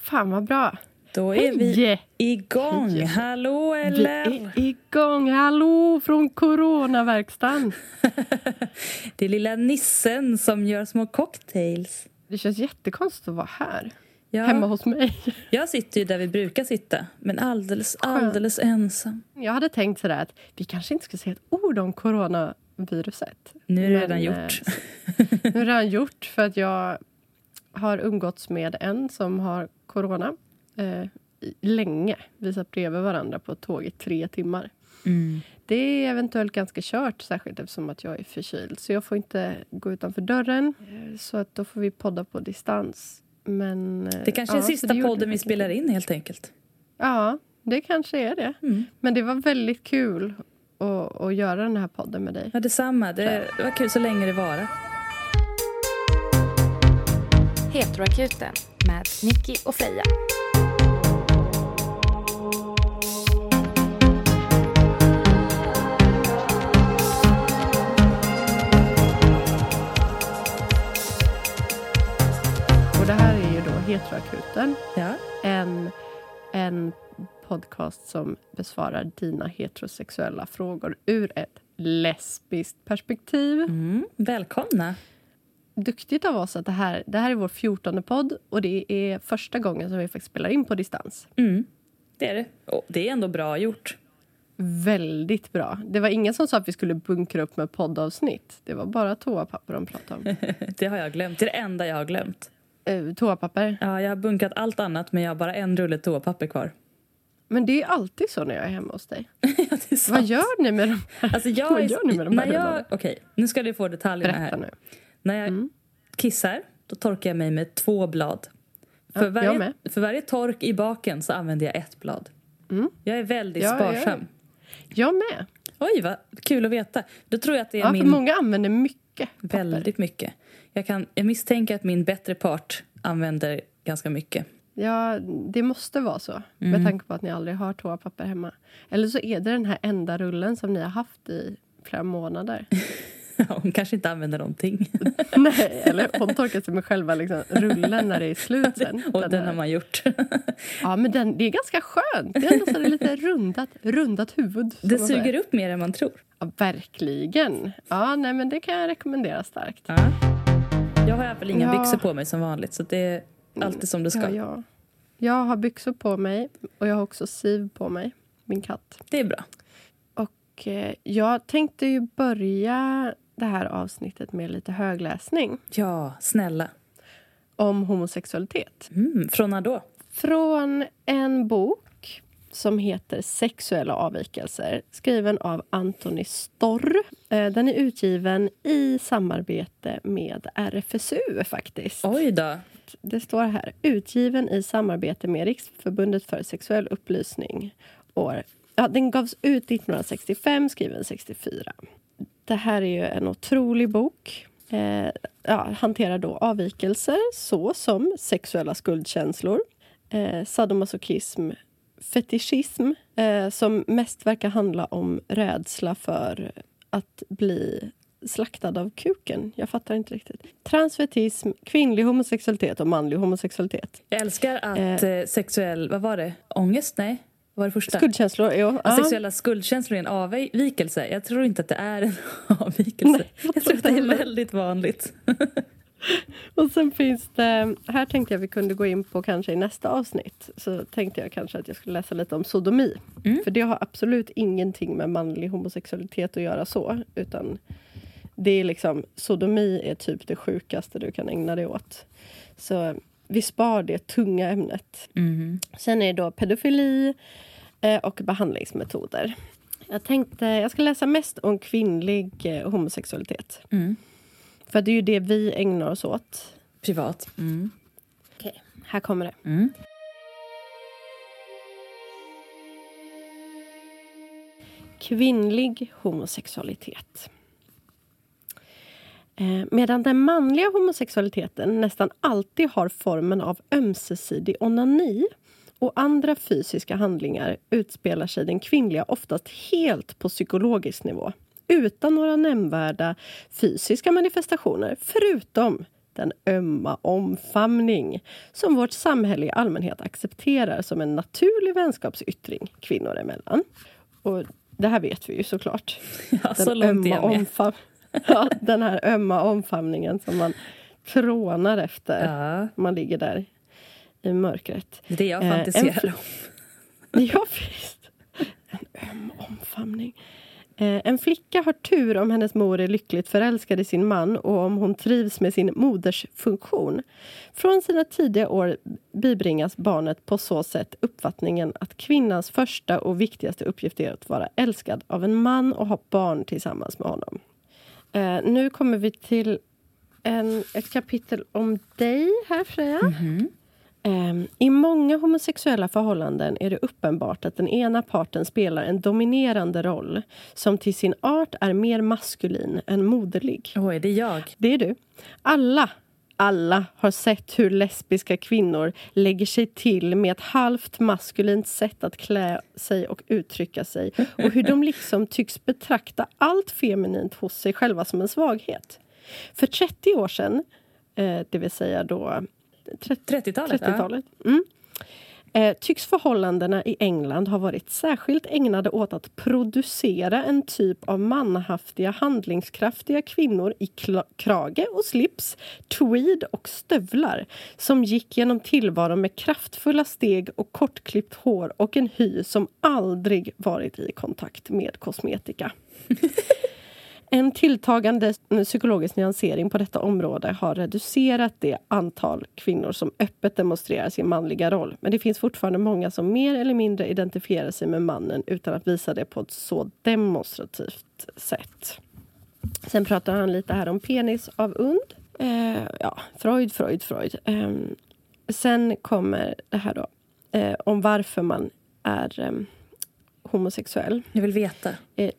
Fan vad bra. Då är vi igång. Hej. Hallå eller? Vi är igång. Hallå från coronaverkstan. Det är lilla nissen som gör små cocktails. Det känns jättekonstigt att vara här. Ja. Hemma hos mig. Jag sitter ju där vi brukar sitta. Men alldeles ensam. Jag hade tänkt sådär att vi kanske inte ska säga ett ord om coronaviruset. Nu är det redan gjort. Nu är det redan gjort för att jag har umgåtts med en som har corona. Länge. Vi satt bredvid varandra på ett tåg i 3 timmar. Mm. Det är eventuellt ganska kört, särskilt eftersom att jag är förkyld. Så jag får inte gå utanför dörren. Så att då får vi podda på distans. Men, det kanske är sista podden vi spelar in helt enkelt. Ja, det kanske är det. Mm. Men det var väldigt kul att göra den här podden med dig. Ja, detsamma. Det var kul så länge det var. Heteroakuten med Nicky och Freja. Och det här är ju då Heteroakuten. Ja. En podcast som besvarar dina heterosexuella frågor ur ett lesbiskt perspektiv. Mm. Välkomna. Duktigt av oss att det här är vår 14:e podd. Och det är första gången som vi faktiskt spelar in på distans. Mm. Det är det. Och det är ändå bra gjort. Väldigt bra. Det var ingen som sa att vi skulle bunkra upp med poddavsnitt. Det var bara toapapper de pratade om. Det har jag glömt. Det är det enda jag har glömt. Toapapper. Ja, jag har bunkat allt annat men jag har bara en rulle toapapper kvar. Men det är alltid så när jag är hemma hos dig. Ja, det är sant. Vad gör ni med dem? Alltså Vad gör ni med de här rullarna? Okej, nu ska du få detaljerna här. Berätta nu. När jag kissar, då torkar jag mig med 2 blad. För varje tork i baken så använder jag 1 blad. Mm. Jag är väldigt sparsam. Jag med. Oj, vad kul att veta. Då tror jag att det är för många använder mycket papper. Väldigt mycket. Jag misstänker att min bättre part använder ganska mycket. Ja, det måste vara så. Med tanke på att ni aldrig har toapapper hemma. Eller så är det den här enda rullen som ni har haft i flera månader. Hon kanske inte använder någonting. Nej, eller hon torkar sig med själva liksom, rullen när det är slut sen. Och den har man gjort. Ja, men det är ganska skönt. Det är ändå så lite rundat huvud. Det suger upp mer än man tror. Ja, verkligen. Ja, nej, men det kan jag rekommendera starkt. Ja. Jag har i alla fall inga byxor på mig som vanligt. Så det är alltid som det ska. Ja. Jag har byxor på mig. Och jag har också Siv på mig. Min katt. Det är bra. Och jag tänkte ju börja det här avsnittet med lite högläsning. Ja, snälla. Om homosexualitet. Från när då? Från en bok som heter Sexuella avvikelser. Skriven av Antoni Storr. Den är utgiven i samarbete med RFSU faktiskt. Oj då. Det står här. Utgiven i samarbete med Riksförbundet för sexuell upplysning. Den gavs ut 1965, skriven 64. Det här är ju en otrolig bok. Hanterar då avvikelser såsom sexuella skuldkänslor, sadomasochism, fetischism, som mest verkar handla om rädsla för att bli slaktad av kuken. Jag fattar inte riktigt. Transvestism, kvinnlig homosexualitet och manlig homosexualitet. Jag älskar att sexuell, vad var det? Ångest? Nej. Vad var det första? Skuldkänslor, jo. Sexuella skuldkänslor är en avvikelse. Jag tror inte att det är en avvikelse. Nej, jag tror att det är väldigt vanligt. Och sen finns det, här tänkte jag vi kunde gå in på kanske i nästa avsnitt. Så tänkte jag kanske att jag skulle läsa lite om sodomi. För det har absolut ingenting med manlig homosexualitet att göra så. Utan det är liksom, sodomi är typ det sjukaste du kan ägna dig åt. Så vi spar det tunga ämnet. Sen är det då pedofili och behandlingsmetoder. Jag ska läsa mest om kvinnlig homosexualitet. För det är ju det vi ägnar oss åt. Privat. Okej, här kommer det. Kvinnlig homosexualitet. Medan den manliga homosexualiteten nästan alltid har formen av ömsesidig onani och andra fysiska handlingar utspelar sig den kvinnliga oftast helt på psykologisk nivå. Utan några nämnvärda fysiska manifestationer förutom den ömma omfamning som vårt samhälle i allmänhet accepterar som en naturlig vänskapsyttring kvinnor emellan. Och det här vet vi ju såklart. Ja, så långt den här ömma omfamningen som man trånar efter. Man ligger där i mörkret. Det är det jag fantiserar om. Ja, visst. En öm omfamning. En flicka har tur om hennes mor är lyckligt förälskad i sin man och om hon trivs med sin moders funktion. Från sina tidiga år bibringas barnet på så sätt uppfattningen att kvinnans första och viktigaste uppgift är att vara älskad av en man och ha barn tillsammans med honom. Nu kommer vi till ett kapitel om dig här, Freja. Mm-hmm. I många homosexuella förhållanden är det uppenbart att den ena parten spelar en dominerande roll som till sin art är mer maskulin än moderlig. Är det jag? Det är du. Alla har sett hur lesbiska kvinnor lägger sig till med ett halvt maskulint sätt att klä sig och uttrycka sig. Och hur de liksom tycks betrakta allt feminint hos sig själva som en svaghet. För 30 år sedan, det vill säga då 30-talet. Tycks förhållandena i England ha varit särskilt ägnade åt att producera en typ av manhaftiga, handlingskraftiga kvinnor i krage och slips, tweed och stövlar som gick genom tillvaron med kraftfulla steg och kortklippt hår och en hy som aldrig varit i kontakt med kosmetika. En tilltagande psykologisk nyansering på detta område har reducerat det antal kvinnor som öppet demonstrerar sin manliga roll. Men det finns fortfarande många som mer eller mindre identifierar sig med mannen utan att visa det på ett så demonstrativt sätt. Sen pratar han lite här om penis av und. Freud. Sen kommer det här då om varför man är homosexuell. Jag vill veta.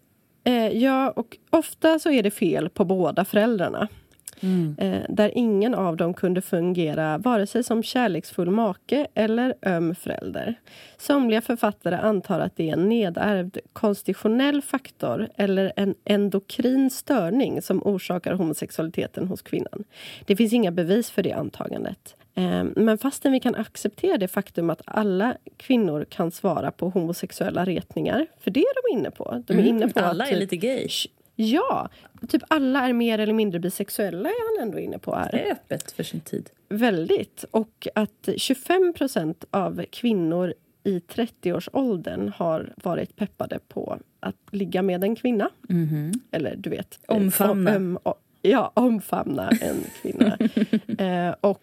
Ja, och ofta så är det fel på båda föräldrarna. Där ingen av dem kunde fungera vare sig som kärleksfull make eller öm förälder. Somliga författare antar att det är en nedärvd konstitutionell faktor eller en endokrin störning som orsakar homosexualiteten hos kvinnan. Det finns inga bevis för det antagandet. Men fastän vi kan acceptera det faktum att alla kvinnor kan svara på homosexuella retningar, för det är de inne på. De är inne på alla att, är lite gay. Ja, typ alla är mer eller mindre bisexuella är han ändå inne på här. Det är öppet för sin tid. Väldigt. Och att 25% av kvinnor i 30-årsåldern har varit peppade på att ligga med en kvinna. Eller du vet. Omfamna. Omfamna en kvinna. Och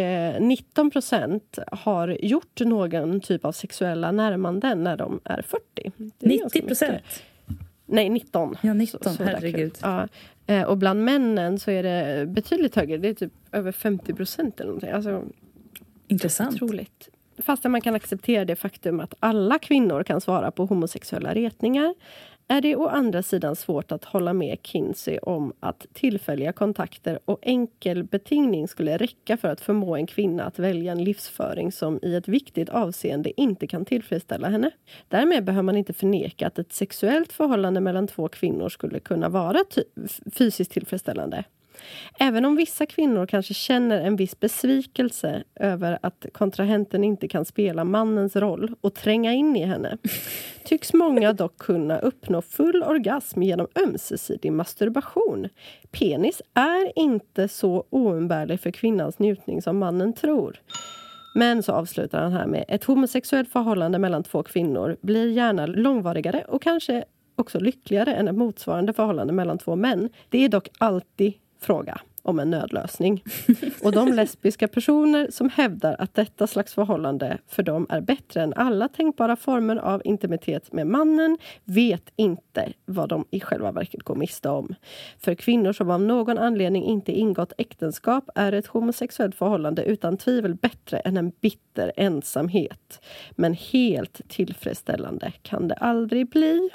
19% har gjort någon typ av sexuella närmanden när de är 40. Det är 90%? Nej, 19. Ja, 19, så herregud. Ja. Och bland männen så är det betydligt högre. Det är typ över 50% eller någonting. Alltså, intressant. Otroligt. Fast man kan acceptera det faktum att alla kvinnor kan svara på homosexuella retningar, är det å andra sidan svårt att hålla med Kinsey om att tillfälliga kontakter och enkel betingning skulle räcka för att förmå en kvinna att välja en livsföring som i ett viktigt avseende inte kan tillfredsställa henne. Därmed behöver man inte förneka att ett sexuellt förhållande mellan två kvinnor skulle kunna vara fysiskt tillfredsställande. Även om vissa kvinnor kanske känner en viss besvikelse över att kontrahenten inte kan spela mannens roll och tränga in i henne, tycks många dock kunna uppnå full orgasm genom ömsesidig masturbation. Penis är inte så oumbärlig för kvinnans njutning som mannen tror. Men så avslutar han här med: ett homosexuellt förhållande mellan två kvinnor blir gärna långvarigare och kanske också lyckligare än ett motsvarande förhållande mellan två män. Det är dock alltid fråga om en nödlösning. Och de lesbiska personer som hävdar att detta slags förhållande för dem är bättre än alla tänkbara former av intimitet med mannen vet inte vad de i själva verket går miste om. För kvinnor som av någon anledning inte ingått äktenskap är ett homosexuellt förhållande utan tvivel bättre än en bitter ensamhet. Men helt tillfredsställande kan det aldrig bli.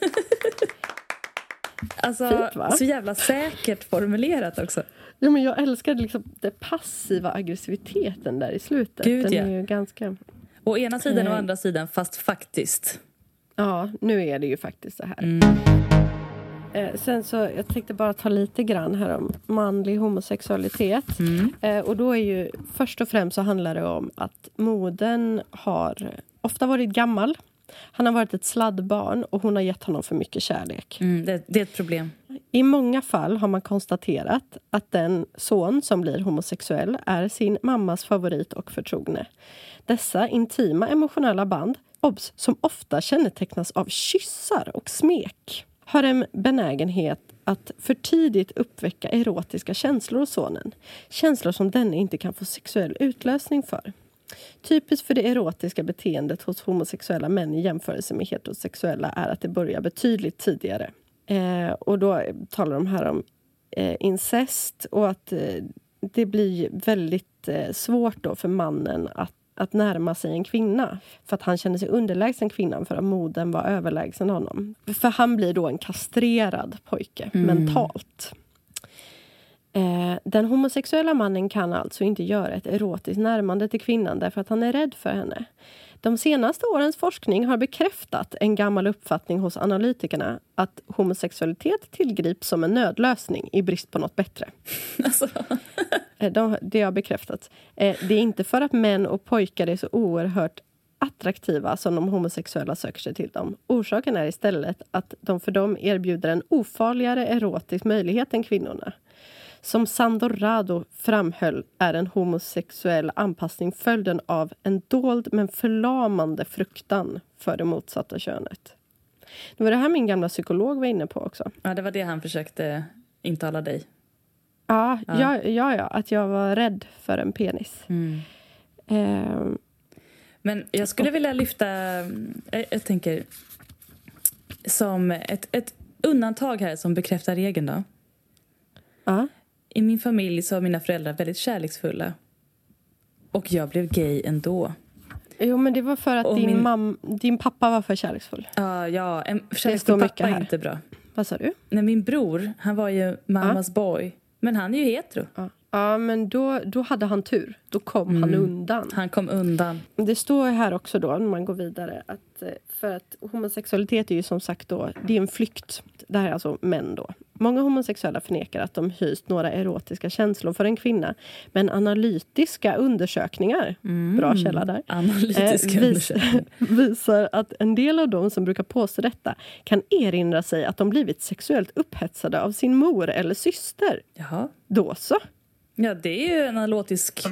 Alltså, fint, så jävla säkert formulerat också. Ja, men jag älskar liksom den passiva aggressiviteten där i slutet. Gud, den ja. är ju ganska... Å ena sidan och andra sidan, fast faktiskt. Ja, nu är det ju faktiskt så här. Sen så, jag tänkte bara ta lite grann här om manlig homosexualitet. Och då är ju, först och främst så handlar det om att modern har ofta varit gammal. Han har varit ett sladdbarn och hon har gett honom för mycket kärlek. Det är ett problem. I många fall har man konstaterat att den son som blir homosexuell är sin mammas favorit och förtrogne. Dessa intima emotionella band, som ofta kännetecknas av kyssar och smek, har en benägenhet att för tidigt uppväcka erotiska känslor hos sonen. Känslor som denne inte kan få sexuell utlösning för. Typiskt för det erotiska beteendet hos homosexuella män i jämförelse med heterosexuella är att det börjar betydligt tidigare. Och då talar de här om incest och att det blir väldigt svårt då för mannen att närma sig en kvinna. För att han känner sig underlägsen kvinnan för att modern var överlägsen honom. För han blir då en kastrerad pojke mentalt. Den homosexuella mannen kan alltså inte göra ett erotiskt närmande till kvinnan därför att han är rädd för henne. De senaste årens forskning har bekräftat en gammal uppfattning hos analytikerna att homosexualitet tillgrips som en nödlösning i brist på något bättre. Alltså. Det har bekräftats. Det är inte för att män och pojkar är så oerhört attraktiva som de homosexuella söker sig till dem. Orsaken är istället att de för dem erbjuder en ofarligare erotisk möjlighet än kvinnorna. Som Sandor Rado framhöll är en homosexuell anpassning följden av en dold men förlamande fruktan för det motsatta könet. Det var det här min gamla psykolog var inne på också. Ja, det var det han försökte intala dig. Ja, att jag var rädd för en penis. Men jag skulle vilja lyfta, jag tänker, som ett undantag här som bekräftar regeln då. Ja. I min familj så var mina föräldrar väldigt kärleksfulla. Och jag blev gay ändå. Jo, men det var för att din pappa var för kärleksfull. Ja, en kärleksfull pappa är inte bra. Vad sa du? Nej, min bror, han var ju mammas boy. Men han är ju hetero. Ja, men då hade han tur. Då kom han undan. Han kom undan. Det står här också då, när man går vidare, att för att homosexualitet är ju som sagt då, det är en flykt. Det här är alltså män då. Många homosexuella förnekar att de hyst några erotiska känslor för en kvinna. Men analytiska undersökningar, bra källa där, analytiska undersökningar visar att en del av dem som brukar påstå detta kan erinra sig att de blivit sexuellt upphetsade av sin mor eller syster. Jaha. Då så. Ja, det är ju analytisk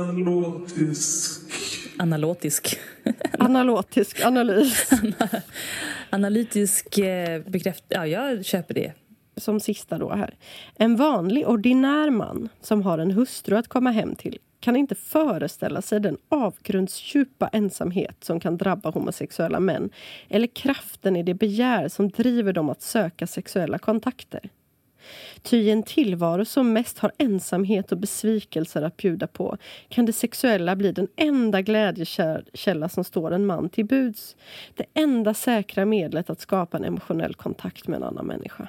analys. Analytisk ja, jag köper det. Som sista då här. En vanlig ordinär man som har en hustru att komma hem till kan inte föreställa sig den avgrundsdjupa ensamhet som kan drabba homosexuella män eller kraften i det begär som driver dem att söka sexuella kontakter. Ty i en tillvaro som mest har ensamhet och besvikelser att bjuda på kan det sexuella bli den enda glädjekälla som står en man till buds. Det enda säkra medlet att skapa en emotionell kontakt med en annan människa.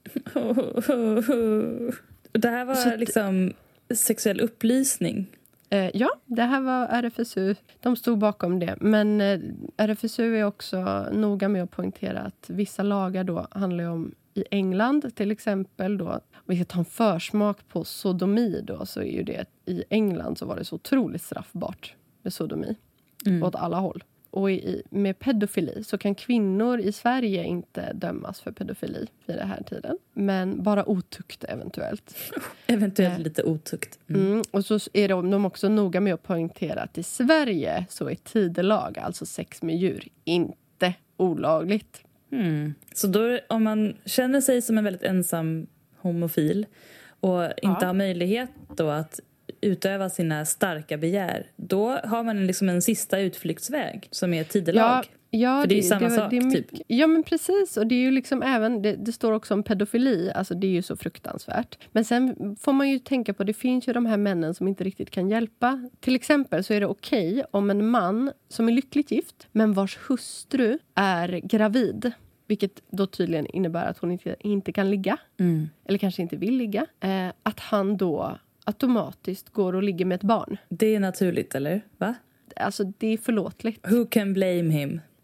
Det här var liksom sexuell upplysning. Ja, det här var RFSU. De stod bakom det. Men RFSU är också noga med att poängtera att vissa lagar då handlar om i England till exempel då. Om vi ska ta en försmak på sodomi då, så är ju det i England så var det så otroligt straffbart med sodomi. Åt alla håll. Och med pedofili så kan kvinnor i Sverige inte dömas för pedofili vid den här tiden. Men bara otukt eventuellt. Eventuellt lite otukt. Och så är de också noga med att poängtera att i Sverige så är tidelag, alltså sex med djur, inte olagligt. Så då, om man känner sig som en väldigt ensam homofil och inte har möjlighet då att utöva sina starka begär, då har man liksom en sista utflyktsväg som är tidelag. Ja, för det är ju samma sak typ. Ja, men precis. Och det är ju liksom även, det står också om pedofili. Alltså det är ju så fruktansvärt. Men sen får man ju tänka på, det finns ju de här männen som inte riktigt kan hjälpa. Till exempel så är det okej om en man som är lyckligt gift men vars hustru är gravid. Vilket då tydligen innebär att hon inte kan ligga. Eller kanske inte vill ligga. Att han då automatiskt går och ligger med ett barn. Det är naturligt, eller? Va? Alltså det är förlåtligt. Who can blame him?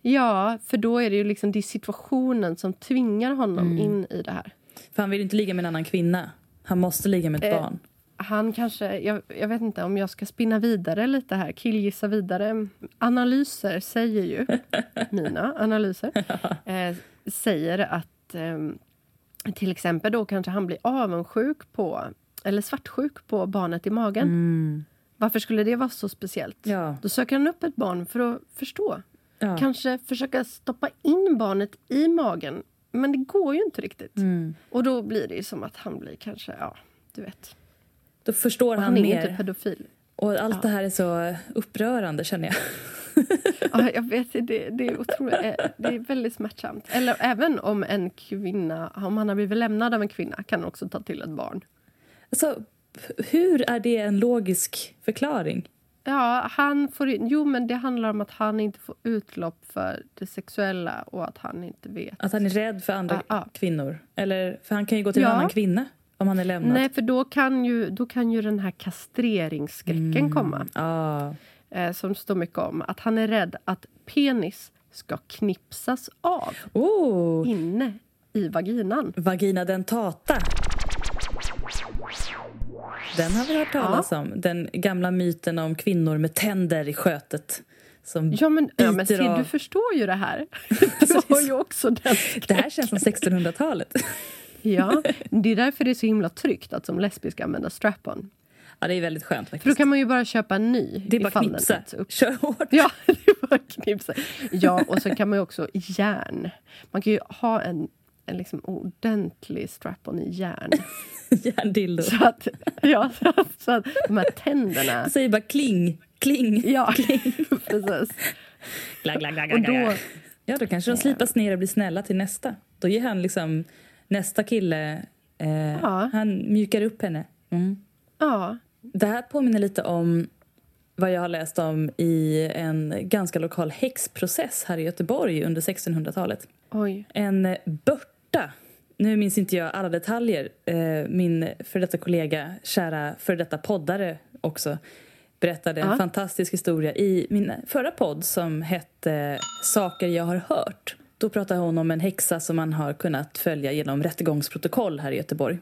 Ja, för då är det ju liksom det är situationen som tvingar honom in i det här. För han vill inte ligga med en annan kvinna. Han måste ligga med ett barn. Han kanske, jag vet inte om jag ska spinna vidare lite här, killgissa vidare. Analyser säger ju, mina analyser, säger att till exempel då kanske han blir avundsjuk på, eller svartsjuk på barnet i magen. Varför skulle det vara så speciellt? Ja. Då söker han upp ett barn för att förstå. Ja. Kanske försöka stoppa in barnet i magen. Men det går ju inte riktigt. Och då blir det ju som att han blir kanske, du vet. Då förstår han är mer. inte pedofil. Och allt det här är så upprörande, känner jag. Ja, jag vet, det är otroligt. Det är väldigt smärtsamt. Eller även om en kvinna, om han har blivit lämnad av en kvinna, kan han också ta till ett barn. Alltså, hur är det en logisk förklaring? Ja, men det handlar om att han inte får utlopp för det sexuella och att han inte vet. Att han är rädd för andra kvinnor? Eller, för han kan ju gå till en annan kvinna om han är lämnad. Nej, för då kan ju den här kastreringsskräcken komma. Som står mycket om. Att han är rädd att penis ska knipsas av inne i vaginan. Vagina dentata. Den har vi hört talas om. Den gamla myten om kvinnor med tänder i skötet. Som men du förstår ju det här. Du har ju också den. Det här känns som 1600-talet. Ja, det är därför det är så himla tryggt att som lesbiska använda strap-on. Ja, det är väldigt skönt faktiskt. För då kan man ju bara köpa en ny. Det är bara knipsa. Kör hårt. Ja, det är bara knipsa. Ja, och så kan man ju också järn. Man kan ju ha en liksom ordentlig strap-on i järn. Järndildo. Så att de här tänderna... Du säger bara kling, kling. Ja, kling. precis. Glag, glag, glag, och då... Ja, då kanske de slipas ner och blir snälla till nästa. Då ger han liksom nästa kille... Han mjukar upp henne. Ja. Det här påminner lite om vad jag har läst om i en ganska lokal häxprocess här i Göteborg under 1600-talet. Oj. En börta. Nu minns inte jag alla detaljer. Min för detta kollega, kära för detta poddare också, berättade en fantastisk historia i min förra podd som hette Saker jag har hört. Då pratade hon om en häxa som man har kunnat följa genom rättegångsprotokoll här i Göteborg.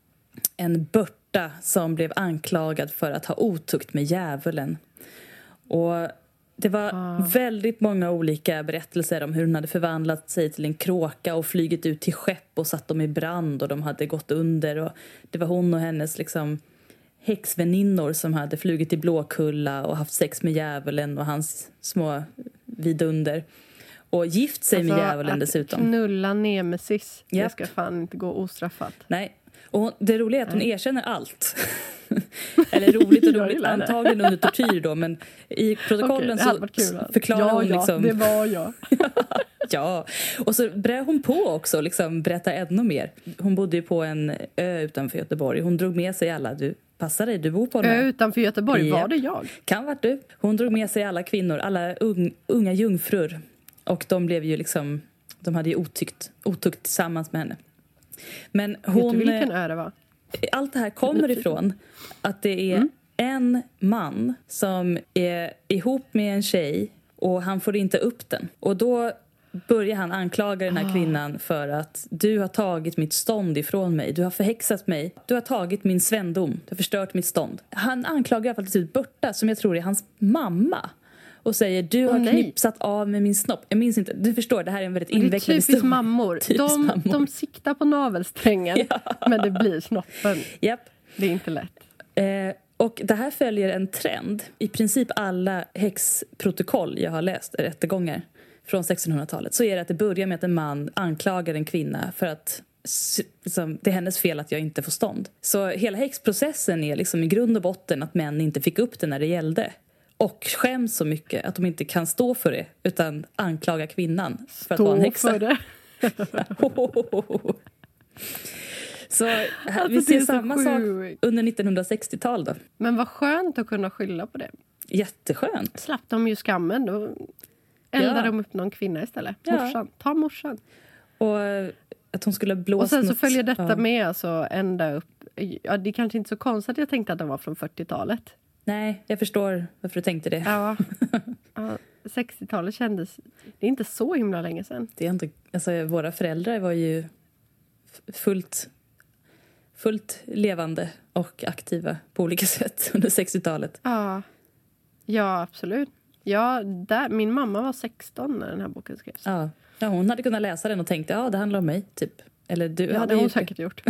En börta som blev anklagad för att ha otukt med djävulen. Och det var väldigt många olika berättelser om hur hon hade förvandlat sig till en kråka och flygit ut till skepp och satt dem i brand och de hade gått under. Och det var hon och hennes liksom häxväninnor som hade flugit till Blåkulla och haft sex med djävulen och hans små vidunder. Och gift sig med djävulen dessutom. Knulla nemesis. Det ska fan inte gå ostraffat. Nej. Och det roliga är att hon erkänner allt. Eller roligt, antagligen under tortyr då. Men i protokollen så förklarar hon liksom... det var jag. Ja, och så började hon på också liksom berätta ännu mer. Hon bodde ju på en ö utanför Göteborg. Hon drog med sig alla... Passa dig, du bor på en ö. Utanför Göteborg, var det jag? Kan vart du. Hon drog med sig alla kvinnor, alla unga jungfrur. Och de blev ju liksom... De hade ju otukt tillsammans med henne. Men hon... Vet du vilken ö det var? Allt det här kommer ifrån att det är en man som är ihop med en tjej och han får inte upp den. Och då börjar han anklaga den här kvinnan för att du har tagit mitt stånd ifrån mig. Du har förhäxat mig. Du har tagit min svändom. Du har förstört mitt stånd. Han anklagar faktiskt ut Börta som jag tror är hans mamma. Och säger, du har knipsat av med min snopp. Jag minns inte, du förstår, det här är en väldigt invecklad historia. Det är typiskt mammor. De siktar på navelsträngen, men det blir snoppen. Japp. Det är inte lätt. Och det här följer en trend. I princip alla häxprotokoll jag har läst, rättegångar från 1600-talet, så är det att det börjar med att en man anklagar en kvinna för att liksom, det är hennes fel att jag inte får stånd. Så hela häxprocessen är liksom i grund och botten att män inte fick upp det när det gällde. Och skäms så mycket att de inte kan stå för det utan anklaga kvinnan för att vara en häxa. För det. Så vi ser samma sak under 1960-tal då. Men vad skönt att kunna skylla på det. Jätteskönt. Slapp de ju skammen då. Eldar de upp någon kvinna istället. Morsan. Ta morsan. Och att hon skulle blåsa. Och sen så följer detta med alltså ända upp. Ja, det är kanske inte så konstigt att jag tänkte att den var från 40-talet. Nej, jag förstår varför du tänkte det. Ja. 60-talet kändes... Det är inte så himla länge sedan. Det är inte, alltså, våra föräldrar var ju fullt levande och aktiva på olika sätt under 60-talet. Ja, absolut. Ja, min mamma var 16 när den här boken skrevs. Ja, hon hade kunnat läsa den och tänkt, det handlar om mig, typ. Eller du hade det hon säkert gjort.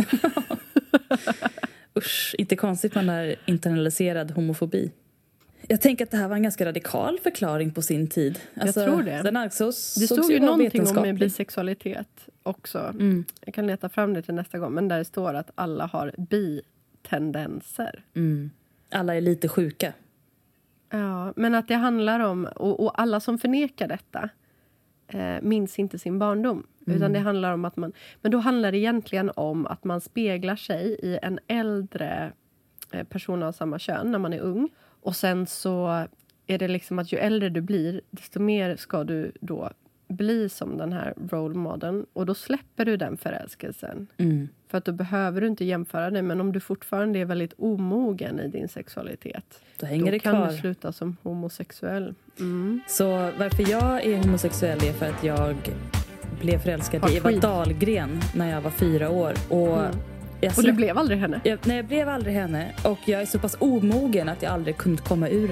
Usch, inte konstigt man har internaliserad homofobi. Jag tänker att det här var en ganska radikal förklaring på sin tid. Alltså, jag tror det. Det stod ju någonting om bisexualitet också. Jag kan leta fram det till nästa gång. Men där det står att alla har bitendenser. Alla är lite sjuka. Ja, men att det handlar om... Och alla som förnekar detta minns inte sin barndom. Utan det handlar om att man... Men då handlar det egentligen om att man speglar sig i en äldre person av samma kön när man är ung. Och sen så är det liksom att ju äldre du blir, desto mer ska du då bli som den här role modern. Och då släpper du den förälskelsen. För att då behöver du inte jämföra det. Men om du fortfarande är väldigt omogen i din sexualitet, då hänger det kan kvar. Du sluta som homosexuell. Så varför jag är homosexuell är för att jag blev förälskad i Eva Dahlgren när jag var 4 år. Och du blev aldrig henne? Nej, jag blev aldrig henne. Och jag är så pass omogen att jag aldrig kunde komma ur det.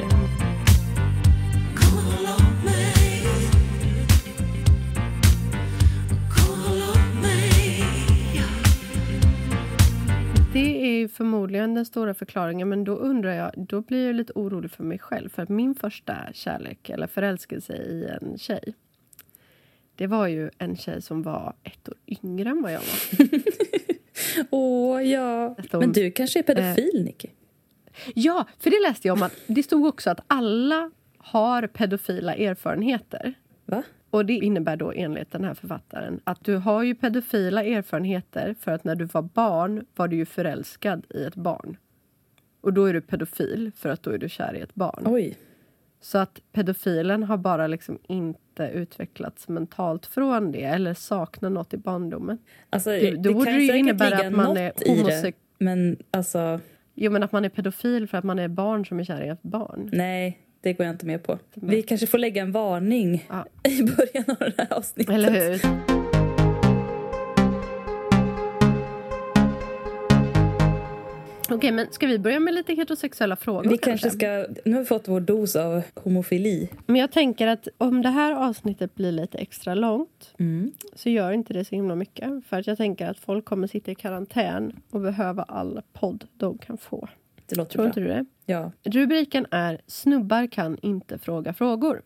Det är ju förmodligen den stora förklaringen. Men då undrar jag, då blir jag lite orolig för mig själv. För att min första kärlek eller förälskelse i en tjej, det var ju en tjej som var 1 år yngre än vad jag var. Ja. Men du kanske är pedofil, Nicky? Ja, för det läste jag om att det stod också att alla har pedofila erfarenheter. Va? Och det innebär då enligt den här författaren att du har ju pedofila erfarenheter för att när du var barn var du ju förälskad i ett barn. Och då är du pedofil för att då är du kär i ett barn. Oj. Så att pedofilen har bara liksom inte utvecklats mentalt från det eller saknar något i barndomen. Alltså, då borde det ju innebära att man är homosexuell. Men alltså... Jo, men att man är pedofil för att man är barn som är kär i ett barn. Nej, det går jag inte med på. Vi kanske får lägga en varning i början av det här avsnittet. Eller hur? Okej, men ska vi börja med lite heterosexuella frågor? Vi kanske ska... Nu har vi fått vår dos av homofili. Men jag tänker att om det här avsnittet blir lite extra långt så gör inte det så himla mycket. För att jag tänker att folk kommer sitta i karantän och behöva all podd de kan få. Det låter Tror bra. inte du det? Ja. Rubriken är Snubbar kan inte fråga frågor.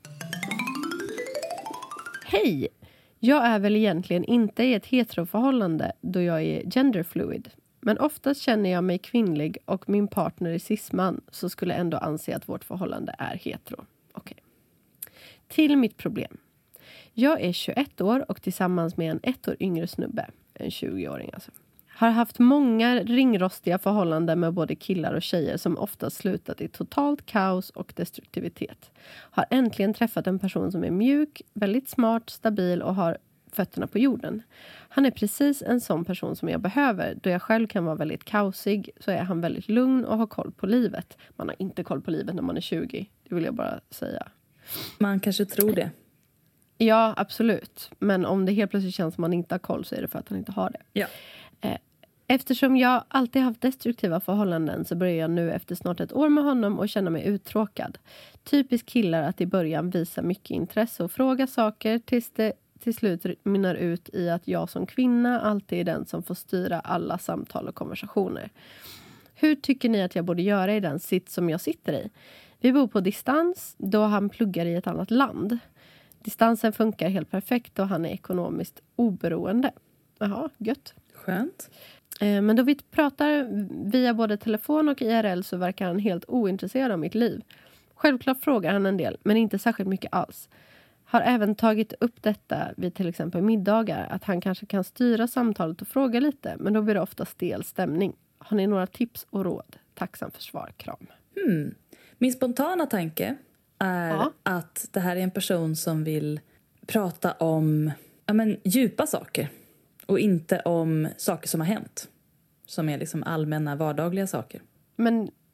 Hej! Jag är väl egentligen inte i ett heteroförhållande då jag är genderfluid. Men oftast känner jag mig kvinnlig och min partner är cisman så skulle ändå anse att vårt förhållande är hetero. Okej. Till mitt problem. Jag är 21 år och tillsammans med en 1 år yngre snubbe. En 20-åring alltså. Har haft många ringrostiga förhållanden med både killar och tjejer som ofta slutat i totalt kaos och destruktivitet. Har äntligen träffat en person som är mjuk, väldigt smart, stabil och har fötterna på jorden. Han är precis en sån person som jag behöver. Då jag själv kan vara väldigt kaosig så är han väldigt lugn och har koll på livet. Man har inte koll på livet när man är 20. Det vill jag bara säga. Man kanske tror det. Ja, absolut. Men om det helt plötsligt känns som man inte har koll så är det för att han inte har det. Ja. Eftersom jag alltid haft destruktiva förhållanden så börjar jag nu efter snart 1 år med honom och känna mig uttråkad. Typiskt killar att i början visa mycket intresse och fråga saker tills det till slut mynnar ut i att jag som kvinna alltid är den som får styra alla samtal och konversationer. Hur tycker ni att jag borde göra i den sitt som jag sitter i? Vi bor på distans då han pluggar i ett annat land. Distansen funkar helt perfekt och han är ekonomiskt oberoende. Jaha, gött. Skönt. Men då vi pratar via både telefon och IRL så verkar han helt ointresserad av mitt liv. Självklart frågar han en del, men inte särskilt mycket alls. Har även tagit upp detta vid till exempel middagar. Att han kanske kan styra samtalet och fråga lite. Men då blir det ofta stel stämning. Har ni några tips och råd? Tacksam för svar, kram. Min spontana tanke är att det här är en person som vill prata om djupa saker. Och inte om saker som har hänt. Som är liksom allmänna vardagliga saker. Men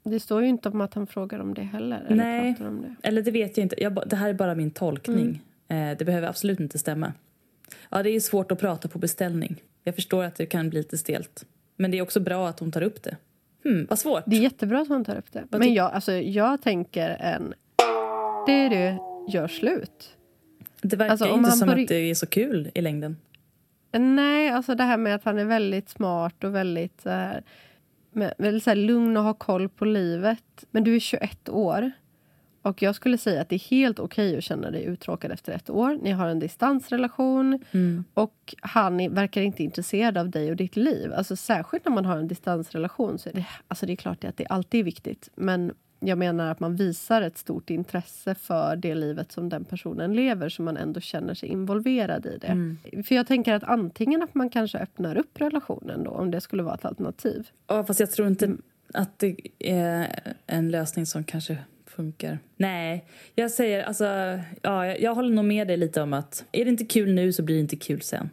Det står ju inte om att han frågar om det heller. Eller Nej, pratar om det. Eller det vet jag inte. Det här är bara min tolkning. Det behöver absolut inte stämma. Ja, det är svårt att prata på beställning. Jag förstår att det kan bli lite stelt. Men det är också bra att hon tar upp det. Vad svårt. Det är jättebra att hon tar upp det. Men jag tänker det gör slut. Det verkar inte som att det är så kul i längden. Nej, alltså det här med att han är väldigt smart och väldigt väldigt så här lugn och har koll på livet. Men du är 21 år. Och jag skulle säga att det är helt okej att känna dig uttråkad efter 1 år. Ni har en distansrelation. Och han verkar inte intresserad av dig och ditt liv. Alltså särskilt när man har en distansrelation. Så är det är klart att det alltid är viktigt. Men jag menar att man visar ett stort intresse för det livet som den personen lever. Så man ändå känner sig involverad i det. För jag tänker att antingen att man kanske öppnar upp relationen då. Om det skulle vara ett alternativ. Ja, fast jag tror inte att det är en lösning som kanske funkar. Nej, jag säger alltså, jag håller nog med dig lite om att är det inte kul nu så blir det inte kul sen.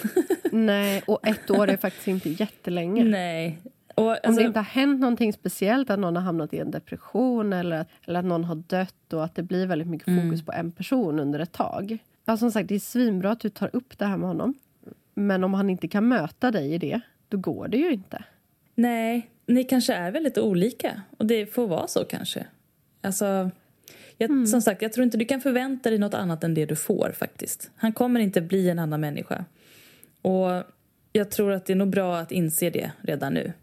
Nej, och 1 år är faktiskt inte jättelänge. Nej. Och, alltså, om det inte har hänt någonting speciellt, att någon har hamnat i en depression eller att någon har dött och att det blir väldigt mycket fokus på en person under ett tag. Ja, som sagt, det är svinbra att du tar upp det här med honom. Men om han inte kan möta dig i det, då går det ju inte. Nej, ni kanske är väldigt olika och det får vara så kanske. Alltså, som sagt, jag tror inte du kan förvänta dig något annat än det du får faktiskt. Han kommer inte bli en annan människa. Och jag tror att det är nog bra att inse det redan nu.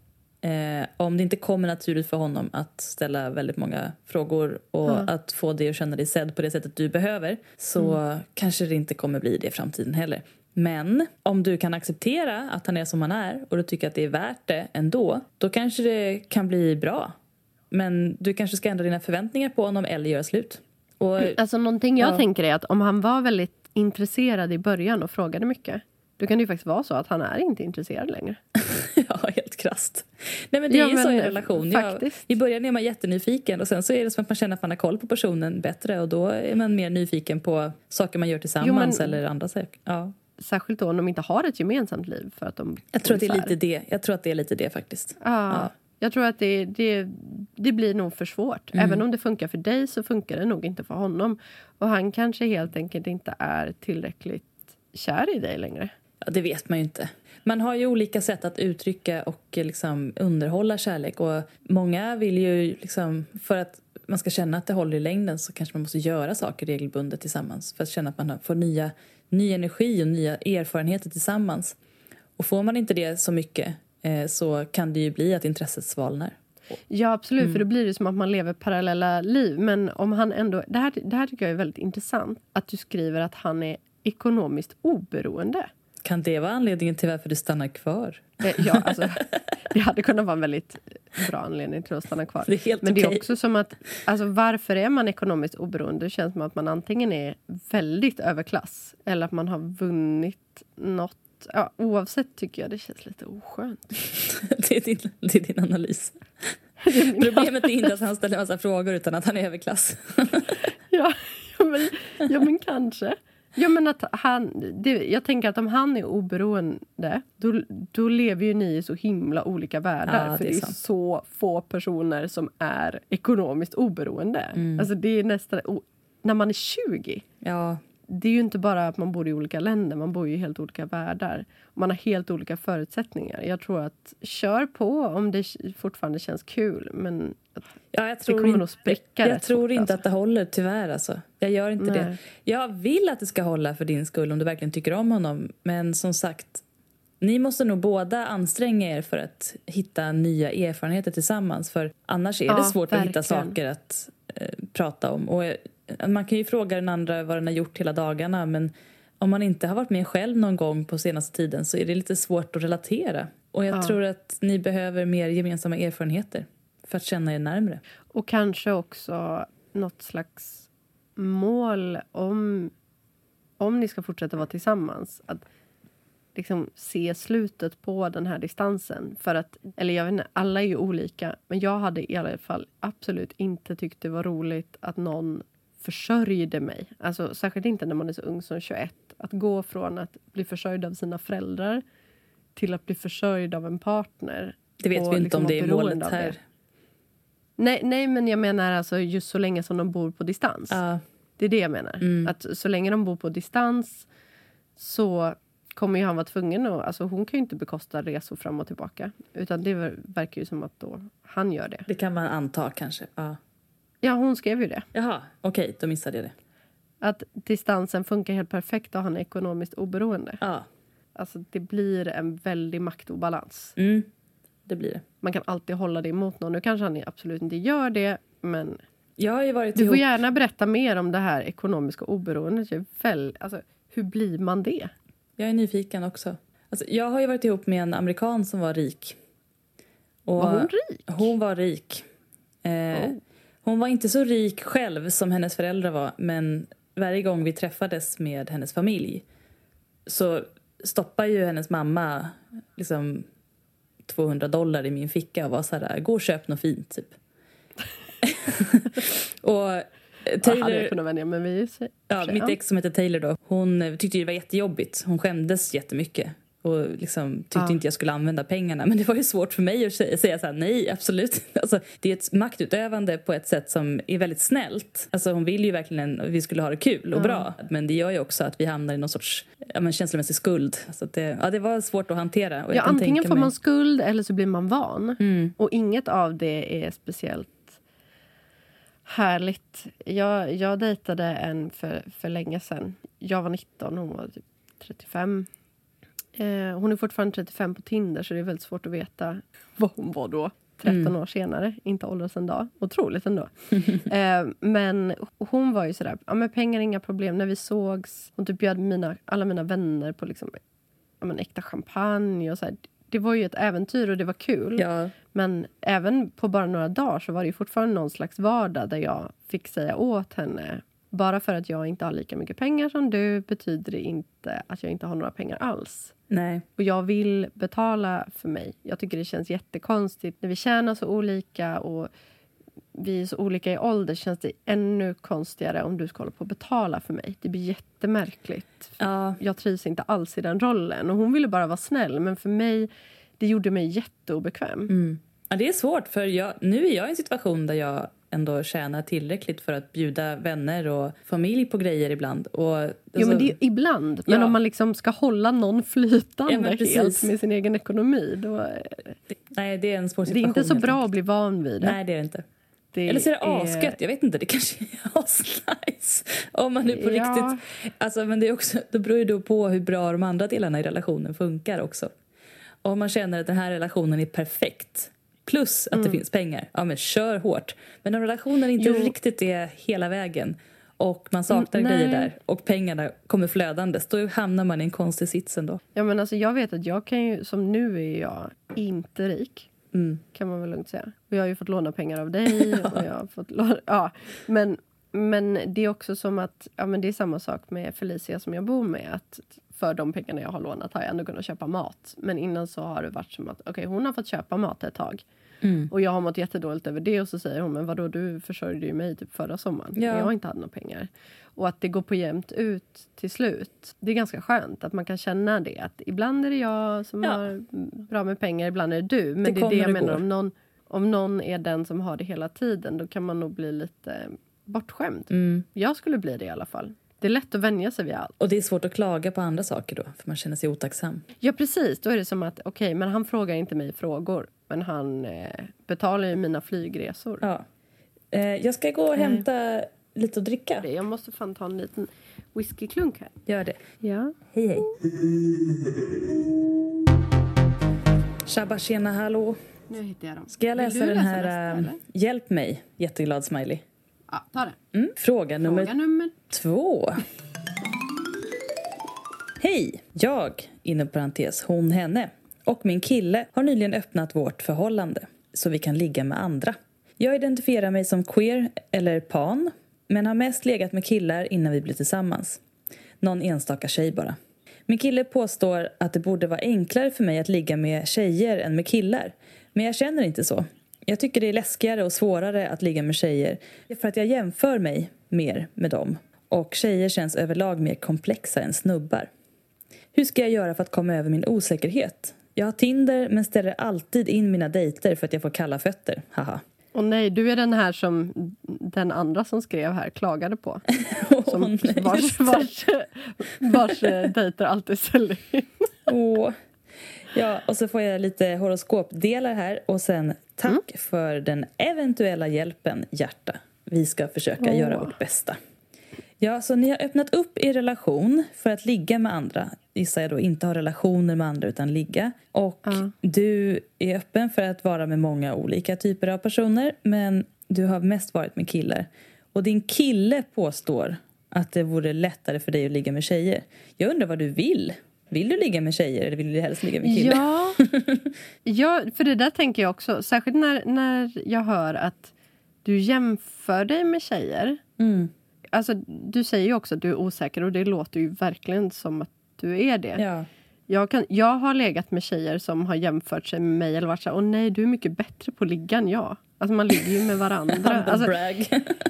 Om det inte kommer naturligt för honom att ställa väldigt många frågor och att få dig att känna dig sedd på det sättet du behöver, så kanske det inte kommer bli det i framtiden heller. Men om du kan acceptera att han är som han är och du tycker att det är värt det ändå, då kanske det kan bli bra. Men du kanske ska ändra dina förväntningar på honom eller göra slut. Och, alltså någonting jag tänker är att om han var väldigt intresserad i början och frågade mycket, då kan det ju faktiskt vara så att han är inte intresserad längre. Ja, helt krasst. Nej, men det är ju så i en relation. I början är man jättenyfiken och sen så är det som att man känner att man har koll på personen bättre och då är man mer nyfiken på saker man gör tillsammans eller andra saker. Ja. Särskilt då om de inte har ett gemensamt liv för att de Jag tror att det är lite det. Jag tror att det är lite det faktiskt. Ja. Jag tror att det blir nog för svårt. Även om det funkar för dig så funkar det nog inte för honom. Och han kanske helt enkelt inte är tillräckligt kär i dig längre. Ja, det vet man ju inte. Man har ju olika sätt att uttrycka och liksom underhålla kärlek. Och många vill ju liksom, för att man ska känna att det håller i längden så kanske man måste göra saker regelbundet tillsammans. För att känna att man får ny energi och nya erfarenheter tillsammans. Och får man inte det så mycket så kan det ju bli att intresset svalnar. Ja, absolut. För då blir det som att man lever parallella liv. Men om han ändå... Det här tycker jag är väldigt intressant. Att du skriver att han är ekonomiskt oberoende. Kan det vara anledningen till varför du stannar kvar? Ja, alltså... Det hade kunnat vara en väldigt bra anledning till att stanna kvar. Det är helt Men det är okej. också som att... Alltså, varför är man ekonomiskt oberoende? Det känns som att man antingen är väldigt överklass. Eller att man har vunnit något. Ja, oavsett tycker jag det känns lite oskönt. Det är din analys. Problemet är inte att han ställer en massa frågor utan att han är överklass. ja, men kanske. Ja, men att jag tänker att om han är oberoende då lever ju ni i så himla olika världar. Ja, för det är sant. så få personer som är ekonomiskt oberoende. Alltså det är nästan... När man är 20... Ja. Det är ju inte bara att man bor i olika länder. Man bor ju i helt olika världar. Man har helt olika förutsättningar. Jag tror att kör på om det fortfarande känns kul. Men jag tror det kommer nog spricka. Jag tror inte att det håller, tyvärr. Alltså. Jag gör inte det. Jag vill att det ska hålla för din skull om du verkligen tycker om honom. Men som sagt, ni måste nog båda anstränga er för att hitta nya erfarenheter tillsammans. För annars är det svårt att hitta saker att prata om. Och man kan ju fråga den andra vad den har gjort hela dagarna, men om man inte har varit med själv någon gång på senaste tiden så är det lite svårt att relatera. Och jag tror att ni behöver mer gemensamma erfarenheter för att känna er närmare. Och kanske också något slags mål om ni ska fortsätta vara tillsammans. Att liksom se slutet på den här distansen. För att, eller jag vet inte, alla är ju olika. Men jag hade i alla fall absolut inte tyckt det var roligt att någon försörjde mig. Alltså särskilt inte när man är så ung som 21. Att gå från att bli försörjd av sina föräldrar till att bli försörjd av en partner. Det vet vi inte liksom om det är målet här. Det. Nej, men jag menar alltså just så länge som de bor på distans. Det är det jag menar. Att så länge de bor på distans så kommer ju han vara tvungen att... Alltså hon kan ju inte bekosta resor fram och tillbaka. Utan det verkar ju som att då han gör det. Det kan man anta kanske. Ja, hon skrev ju det. Jaha, okej, då missade jag det. Att distansen funkar helt perfekt och han är ekonomiskt oberoende. Ja. Alltså det blir en väldig maktobalans. Det blir det. Man kan alltid hålla det emot någon. Nu kanske han absolut inte gör det, men... Jag har ju varit du får gärna berätta mer om det här ekonomiska oberoendet. Alltså, hur blir man det? Jag är nyfiken också. Alltså, jag har ju varit ihop med en amerikan som var rik. Och var hon rik? Hon var rik. Hon var inte så rik själv som hennes föräldrar var. Men varje gång vi träffades med hennes familj så stoppar ju hennes mamma liksom $200 i min ficka och var så här: gå och köp något fint typ. Och Taylor, hade jag kunnat vänja, men vi mitt ex som heter Taylor då, hon tyckte det var jättejobbigt. Hon skämdes jättemycket och liksom tyckte inte jag skulle använda pengarna. Men det var ju svårt för mig att säga så här: nej, absolut. Alltså, det är ett maktutövande på ett sätt som är väldigt snällt. Alltså hon vill ju verkligen att vi skulle ha det kul och bra. Men det gör ju också att vi hamnar i någon sorts känslomässig skuld. Alltså det var svårt att hantera. Och antingen får man skuld eller så blir man van. Och inget av det är speciellt härligt. Jag dejtade en för länge sedan. Jag var 19, hon var typ 35. Hon är fortfarande 35 på Tinder, så det är väldigt svårt att veta vad hon var då. 13 år senare, inte åldras en dag. Otroligt ändå. Men hon var ju sådär, men pengar är inga problem. När vi sågs, hon typ bjöd alla mina vänner på liksom, äkta champagne och så här. Det var ju ett äventyr och det var kul. Ja. Men även på bara några dagar så var det ju fortfarande någon slags vardag där jag fick säga åt henne: bara för att jag inte har lika mycket pengar som du betyder det inte att jag inte har några pengar alls. Nej. Och jag vill betala för mig. Jag tycker det känns jättekonstigt när vi tjänar så olika och vi är så olika i ålder. Känns det ännu konstigare om du ska hålla på att betala för mig. Det blir jättemärkligt. Ja. Jag trivs inte alls i den rollen. Och hon ville bara vara snäll. Men för mig, det gjorde mig jätteobekväm. Ja, det är svårt, för nu är jag i en situation där jag ändå tjänar tillräckligt för att bjuda vänner och familj på grejer ibland. Jo, men det är ibland. Men om man liksom ska hålla någon flytande helt med sin egen ekonomi, då... Nej, det är en svår situation. Det är inte så bra att bli van vid det. Nej, det är det inte. Eller så är det asgött, jag vet inte, det kanske är asnice om man nu på riktigt. Alltså, men det är också, det beror ju då på hur bra de andra delarna i relationen funkar också. Om man känner att den här relationen är perfekt, plus att det finns pengar, ja men kör hårt. Men om relationen inte riktigt är hela vägen och man saknar grejer där och pengarna kommer flödandes, då hamnar man i en konstig sits ändå. Ja, men alltså jag vet att jag kan ju, som nu är jag inte rik. Kan man väl lugnt säga. Och jag har ju fått låna pengar av dig. Och jag har fått låna, men det är också som att, men det är samma sak med Felicia som jag bor med. Att för de pengarna jag har lånat har jag ändå kunnat köpa mat. Men innan så har det varit som att, hon har fått köpa mat ett tag. Och jag har mått jättedåligt över det. Och så säger hon, men vadå, du försörjde ju mig typ förra sommaren. Ja. Jag har inte haft några pengar. Och att det går på jämnt ut till slut. Det är ganska skönt att man kan känna det. Att ibland är det jag som har bra med pengar, ibland är det du. Men det är det jag menar, om någon är den som har det hela tiden, då kan man nog bli lite bortskämd. Jag skulle bli det i alla fall. Det är lätt att vänja sig vid allt. Och det är svårt att klaga på andra saker då, för man känner sig otacksam. Ja, precis. Då är det som att, men han frågar inte mig frågor. Men han betalar ju mina flygresor. Ja. Jag ska gå och hämta lite att dricka. Jag måste fan ta en liten whiskyklunk här. Gör det. Ja. Hej. Tjabba, tjena, hallå. Nu hittar jag dem. Ska jag läsa den här hjälp mig, jätteglad smiley? Ja, ta det. Fråga nummer 2. Hej, jag, inom parentes, hon, henne och min kille har nyligen öppnat vårt förhållande så vi kan ligga med andra. Jag identifierar mig som queer eller pan, men har mest legat med killar innan vi blir tillsammans. Någon enstaka tjej bara. Min kille påstår att det borde vara enklare för mig att ligga med tjejer än med killar, men jag känner inte så. Jag tycker det är läskigare och svårare att ligga med tjejer för att jag jämför mig mer med dem. Och tjejer känns överlag mer komplexa än snubbar. Hur ska jag göra för att komma över min osäkerhet? Jag har Tinder men ställer alltid in mina dejter för att jag får kalla fötter. Haha. Och nej, du är den här som den andra som skrev här klagade på. Som vars dejter alltid säljer in. Ja, och så får jag lite horoskopdelar här. Och sen tack för den eventuella hjälpen, hjärta. Vi ska försöka göra vårt bästa. Ja, så ni har öppnat upp er relation för att ligga med andra. Gissar jag då, inte ha relationer med andra utan ligga. Och du är öppen för att vara med många olika typer av personer. Men du har mest varit med killar. Och din kille påstår att det vore lättare för dig att ligga med tjejer. Jag undrar vad du vill. Vill du ligga med tjejer eller vill du helst ligga med killar? Ja, för det där tänker jag också. Särskilt när jag hör att du jämför dig med tjejer. Alltså, du säger ju också att du är osäker och det låter ju verkligen som att du är det. Ja. Jag har legat med tjejer som har jämfört sig med mig eller varit så här, nej, du är mycket bättre på att ligga än jag. Alltså man ligger ju med varandra. Alltså, brag.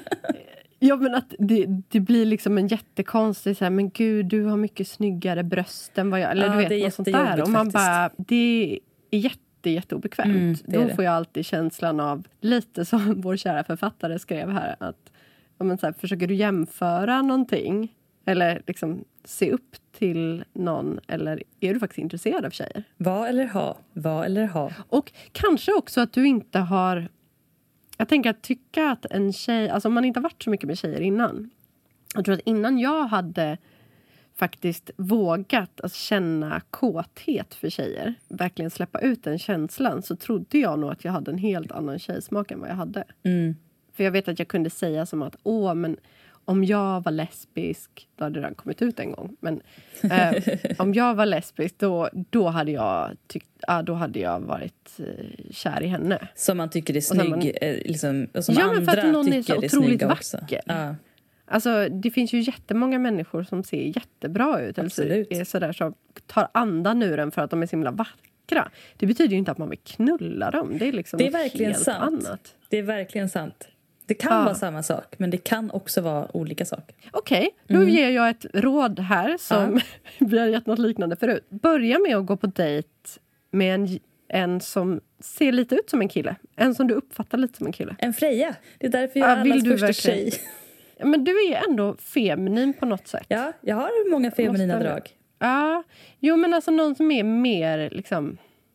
Ja, men att det blir liksom en jättekonstig så här, men gud, du har mycket snyggare bröst än vad jag, eller du vet, något sånt där. Och man bara, det är jätteobekvämt. Då får jag alltid känslan av, lite som vår kära författare skrev här, att men så här, försöker du jämföra någonting eller liksom se upp till någon, eller är du faktiskt intresserad av tjejer? Vad eller ha. Och kanske också att du inte har, jag tänker att tycka att en tjej, alltså om man inte har varit så mycket med tjejer innan. Jag tror att innan jag hade faktiskt vågat att känna kåthet för tjejer, verkligen släppa ut den känslan, så trodde jag nog att jag hade en helt annan tjejsmak än vad jag hade. För jag vet att jag kunde säga som att, men om jag var lesbisk, då hade den kommit ut en gång. Men om jag var lesbisk, då hade jag då hade jag varit kär i henne. Som man tycker är snygg, liksom, och som men för andra att någon tycker är så är otroligt vacker. Ja. Alltså, det finns ju jättemånga människor som ser jättebra ut. Absolut. Eller är sådär som tar andan ur den för att de är så himla vackra. Det betyder ju inte att man vill knulla dem. Det är liksom det är verkligen helt sant. annat. Det är verkligen sant. Det kan vara samma sak, men det kan också vara olika saker. Okej, då ger jag ett råd här som vi har gett något liknande förut. Börja med att gå på dejt med en som ser lite ut som en kille. En som du uppfattar lite som en kille. En Freja. Det är därför jag är allas första tjej. Men du är ändå feminin på något sätt. Ja, jag har många feminina drag. Ja, jo men alltså någon som är mer liksom...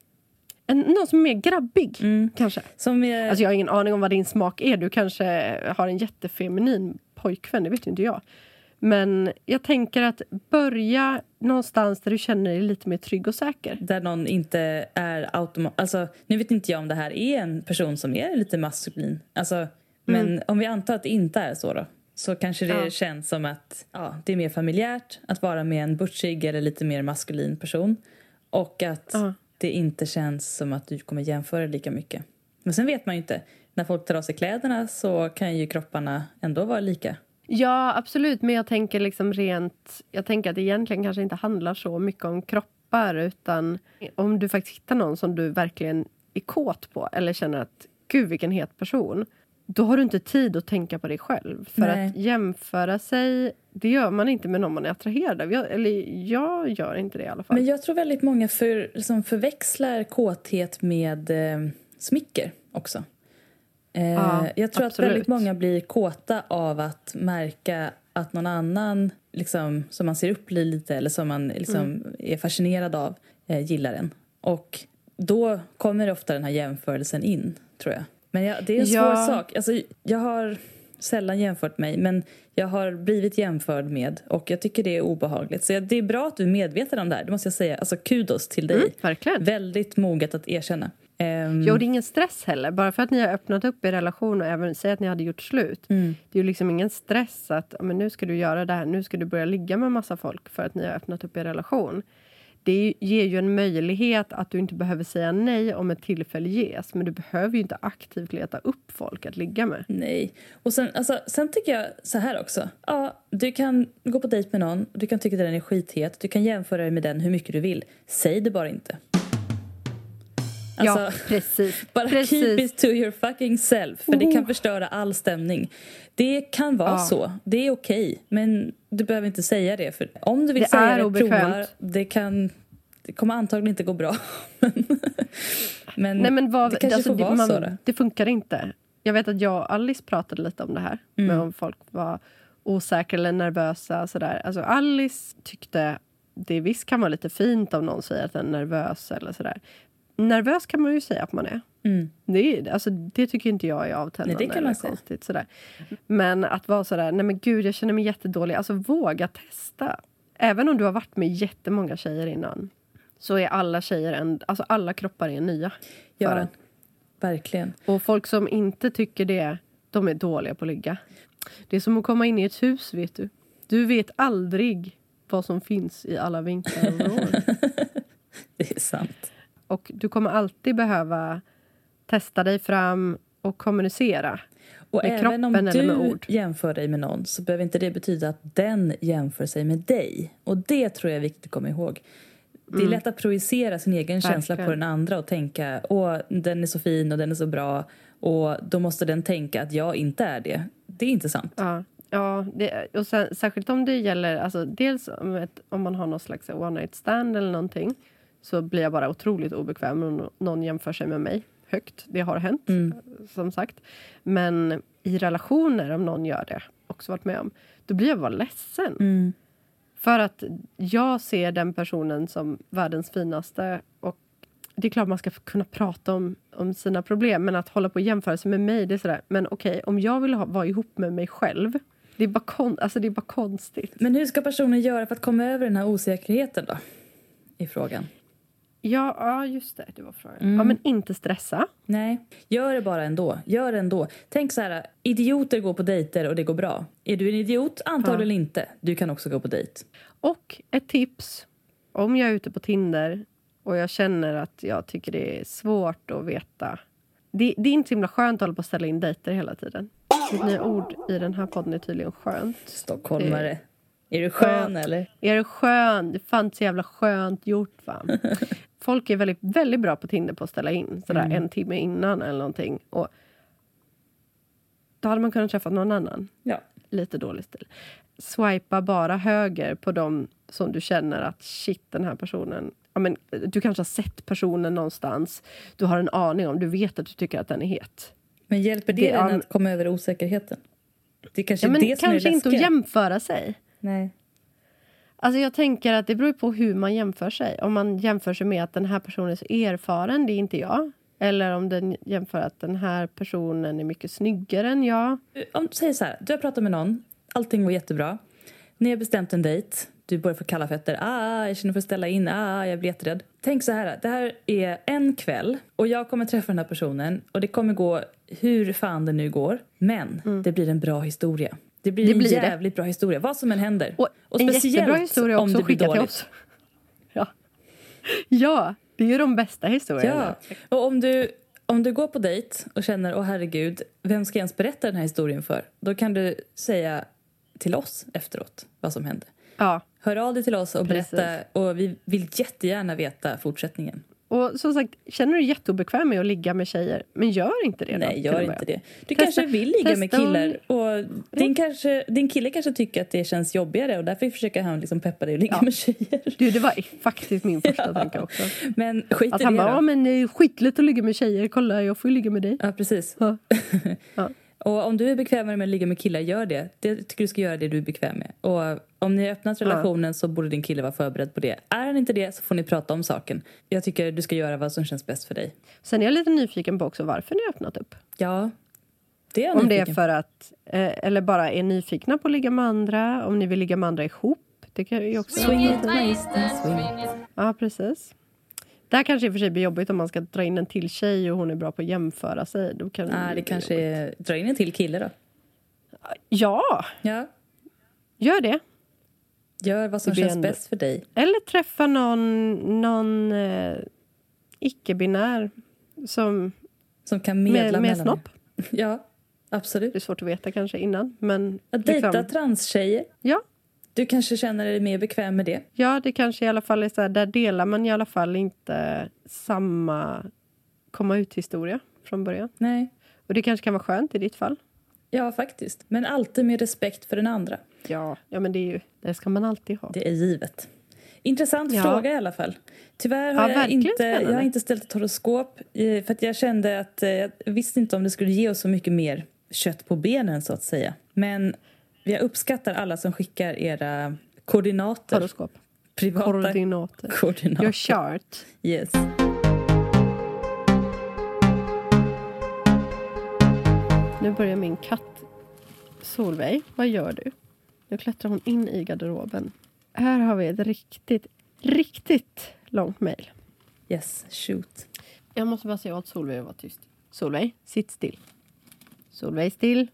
någon som är mer grabbig, kanske. Alltså jag har ingen aning om vad din smak är. Du kanske har en jättefeminin pojkvän, det vet inte jag. Men jag tänker att börja någonstans där du känner dig lite mer trygg och säker. Där någon inte är alltså, nu vet inte jag om det här är en person som är lite maskulin. Alltså, men om vi antar att det inte är så då. Så kanske det känns som att det är mer familjärt att vara med en butchig eller lite mer maskulin person. Och att det inte känns som att du kommer jämföra lika mycket. Men sen vet man ju inte. När folk tar av sig kläderna så kan ju kropparna ändå vara lika. Ja, absolut. Men jag tänker liksom jag tänker att det egentligen kanske inte handlar så mycket om kroppar. Utan om du faktiskt hittar någon som du verkligen är kåt på. Eller känner att, gud vilken het person. Då har du inte tid att tänka på dig själv. För att jämföra sig, det gör man inte med någon man är attraherad av. Jag gör inte det i alla fall. Men jag tror väldigt många förväxlar kåthet med smicker också. Jag tror att väldigt många blir kåta av att märka att någon annan liksom, som man ser upp lite eller som man liksom är fascinerad av gillar en. Och då kommer ofta den här jämförelsen in, tror jag. Men det är en svår sak. Alltså, jag har sällan jämfört mig, men jag har blivit jämförd med, och jag tycker det är obehagligt. Så det är bra att du är medveten om det här, det måste jag säga. Alltså kudos till dig. Verkligen. Väldigt moget att erkänna. Jo, det är ingen stress heller. Bara för att ni har öppnat upp er relation och även säga att ni hade gjort slut. Det är ju liksom ingen stress att men nu ska du göra det här. Nu ska du börja ligga med massa folk för att ni har öppnat upp er relation. Det ger ju en möjlighet att du inte behöver säga nej om ett tillfälle ges. Men du behöver ju inte aktivt leta upp folk att ligga med. Nej. Och sen tycker jag så här också. Ja, du kan gå på dejt med någon. Du kan tycka att den är skithet. Du kan jämföra dig med den hur mycket du vill. Säg det bara inte. Alltså, ja, precis. Bara keep it to your fucking self. För det kan förstöra all stämning. Det kan vara så. Det är okej. Men du behöver inte säga det. För om du vill säga det, prova. Det kommer antagligen inte gå bra. men nej, men det kanske får vara så då. Det funkar inte. Jag vet att jag och Alice pratade lite om det här. Men om folk var osäkra eller nervösa. Sådär. Alltså Alice tyckte det visst kan vara lite fint om någon säger att den är nervös eller sådär. Nervös kan man ju säga att man är. Det tycker inte jag är avtändande. Nej, det kan man säga. Konstigt, sådär. Men att vara sådär, nej men gud jag känner mig jättedålig. Alltså våga testa. Även om du har varit med jättemånga tjejer innan. Så är alla tjejer, alltså alla kroppar är nya för en. Verkligen. Och folk som inte tycker det, de är dåliga på att ligga. Det är som att komma in i ett hus, vet du. Du vet aldrig vad som finns i alla vinklar och vrår. Det är sant. Och du kommer alltid behöva testa dig fram och kommunicera. Och med även om kroppen eller med du ord. jämför dig med någon så behöver inte det betyda att den jämför sig med dig. Och det tror jag är viktigt att komma ihåg. Det är lätt att projicera sin egen känsla på den andra och tänka åh, den är så fin och den är så bra. Och då måste den tänka att jag inte är det. Det är inte sant. Ja, och sen, särskilt om det gäller, alltså dels om man har någon slags one night stand eller någonting, så blir jag bara otroligt obekväm om någon jämför sig med mig högt. Det har hänt, som sagt. Men i relationer, om någon gör det, också varit med om, då blir jag bara ledsen. För att jag ser den personen som världens finaste. Och det är klart man ska kunna prata om sina problem. Men att hålla på och jämföra sig med mig, det är sådär. Men okej, om jag vill vara ihop med mig själv, det är bara konstigt. Men hur ska personen göra för att komma över den här osäkerheten då? I frågan. Ja, just det var frågan. Ja, men inte stressa. Nej, gör det bara ändå. Gör det ändå. Tänk så här, idioter går på dejter och det går bra. Är du en idiot? Antagligen inte. Du kan också gå på dejt. Och ett tips. Om jag är ute på Tinder och jag känner att jag tycker det är svårt att veta. Det är inte så himla skönt att hålla på att ställa in dejter hela tiden. Mitt nya ord i den här podden är tydligen skönt. Stockholmare. Är du skön eller? Är du skön? Det är fan så jävla skönt gjort, va? Folk är väldigt, väldigt bra på Tinder på att ställa in. Sådär en timme innan eller någonting. Och då hade man kunnat träffa någon annan. Ja. Lite dålig stil. Swipa bara höger på dem som du känner att shit, den här personen. Ja, men, du kanske har sett personen någonstans. Du har en aning om, du vet att du tycker att den är het. Men hjälper det den att komma över osäkerheten? Det är kanske men det som kanske är inte att jämföra sig. Nej. Alltså jag tänker att det beror på hur man jämför sig. Om man jämför sig med att den här personen är så erfaren, det är inte jag. Eller om den jämför att den här personen är mycket snyggare än jag. Om du säger så här, du har pratat med någon, allting går jättebra. Ni har bestämt en dejt, du börjar få kalla fötter. Jag känner för att ställa in, jag blir jätterädd. Tänk så här, det här är en kväll och jag kommer träffa den här personen. Och det kommer gå hur fan det nu går. Men det blir en bra historia. Det blir en jävligt bra historia, vad som än händer. Och en speciellt jättebra historia också om det blir skicka dåligt. till oss. Ja, det är ju de bästa historierna. Ja, och om du går på dejt och känner, herregud, vem ska jag ens berätta den här historien för? Då kan du säga till oss efteråt vad som hände. Ja. Hör av dig till oss och berätta, och vi vill jättegärna veta fortsättningen. Och som sagt, känner du jätteobekväm med att ligga med tjejer, men gör inte det. Nej, gör inte det. Du kanske vill ligga med killar och din kille kanske tycker att det känns jobbigare och därför försöker han liksom peppa dig och ligga med tjejer. Du, det var faktiskt min första tanke också. Men skit att i han det bara, men det är skitligt att ligga med tjejer. Kolla, jag får ju ligga med dig. Ja, precis. Ja. Och om du är bekvämare med att ligga med killar, gör det. Jag tycker du ska göra det du är bekväm med. Och om ni har öppnat relationen så borde din kille vara förberedd på det. Är han inte det så får ni prata om saken. Jag tycker du ska göra vad som känns bäst för dig. Sen är jag lite nyfiken på också varför ni har öppnat upp. Ja, det är jag om nyfiken. Det är för att, eller bara är nyfikna på att ligga med andra. Om ni vill ligga med andra ihop. Det kan ju också swing it, swing. Ja, precis. Det här kanske i och för sig blir jobbigt om man ska dra in en till tjej och hon är bra på att jämföra sig. Då kan det kanske är, dra in en till kille då. Ja. Gör det. Gör vad som känns bäst för dig. Eller träffa någon icke-binär som kan medla med snopp. Ja, absolut. Det är svårt att veta kanske innan. Men att dejta transtjejer. Ja. Du kanske känner dig mer bekväm med det. Ja, det kanske i alla fall är så här, där delar man i alla fall inte samma komma ut historia från början. Nej. Och det kanske kan vara skönt i ditt fall. Ja, faktiskt. Men alltid med respekt för den andra. Ja, men det ska man alltid ha. Det är givet. Intressant fråga i alla fall. Tyvärr har jag har inte ställt ett horoskop för att jag kände att jag visste inte om det skulle ge oss så mycket mer kött på benen så att säga. Men jag uppskattar alla som skickar era koordinater. Horoskop. Privata koordinater. Your chart. Yes. Nu börjar min katt Solveig. Vad gör du? Nu klättrar hon in i garderoben. Här har vi ett riktigt långt mejl. Yes, shoot. Jag måste bara säga åt Solveig att vara tyst. Solveig, sitt still. Solveig, still.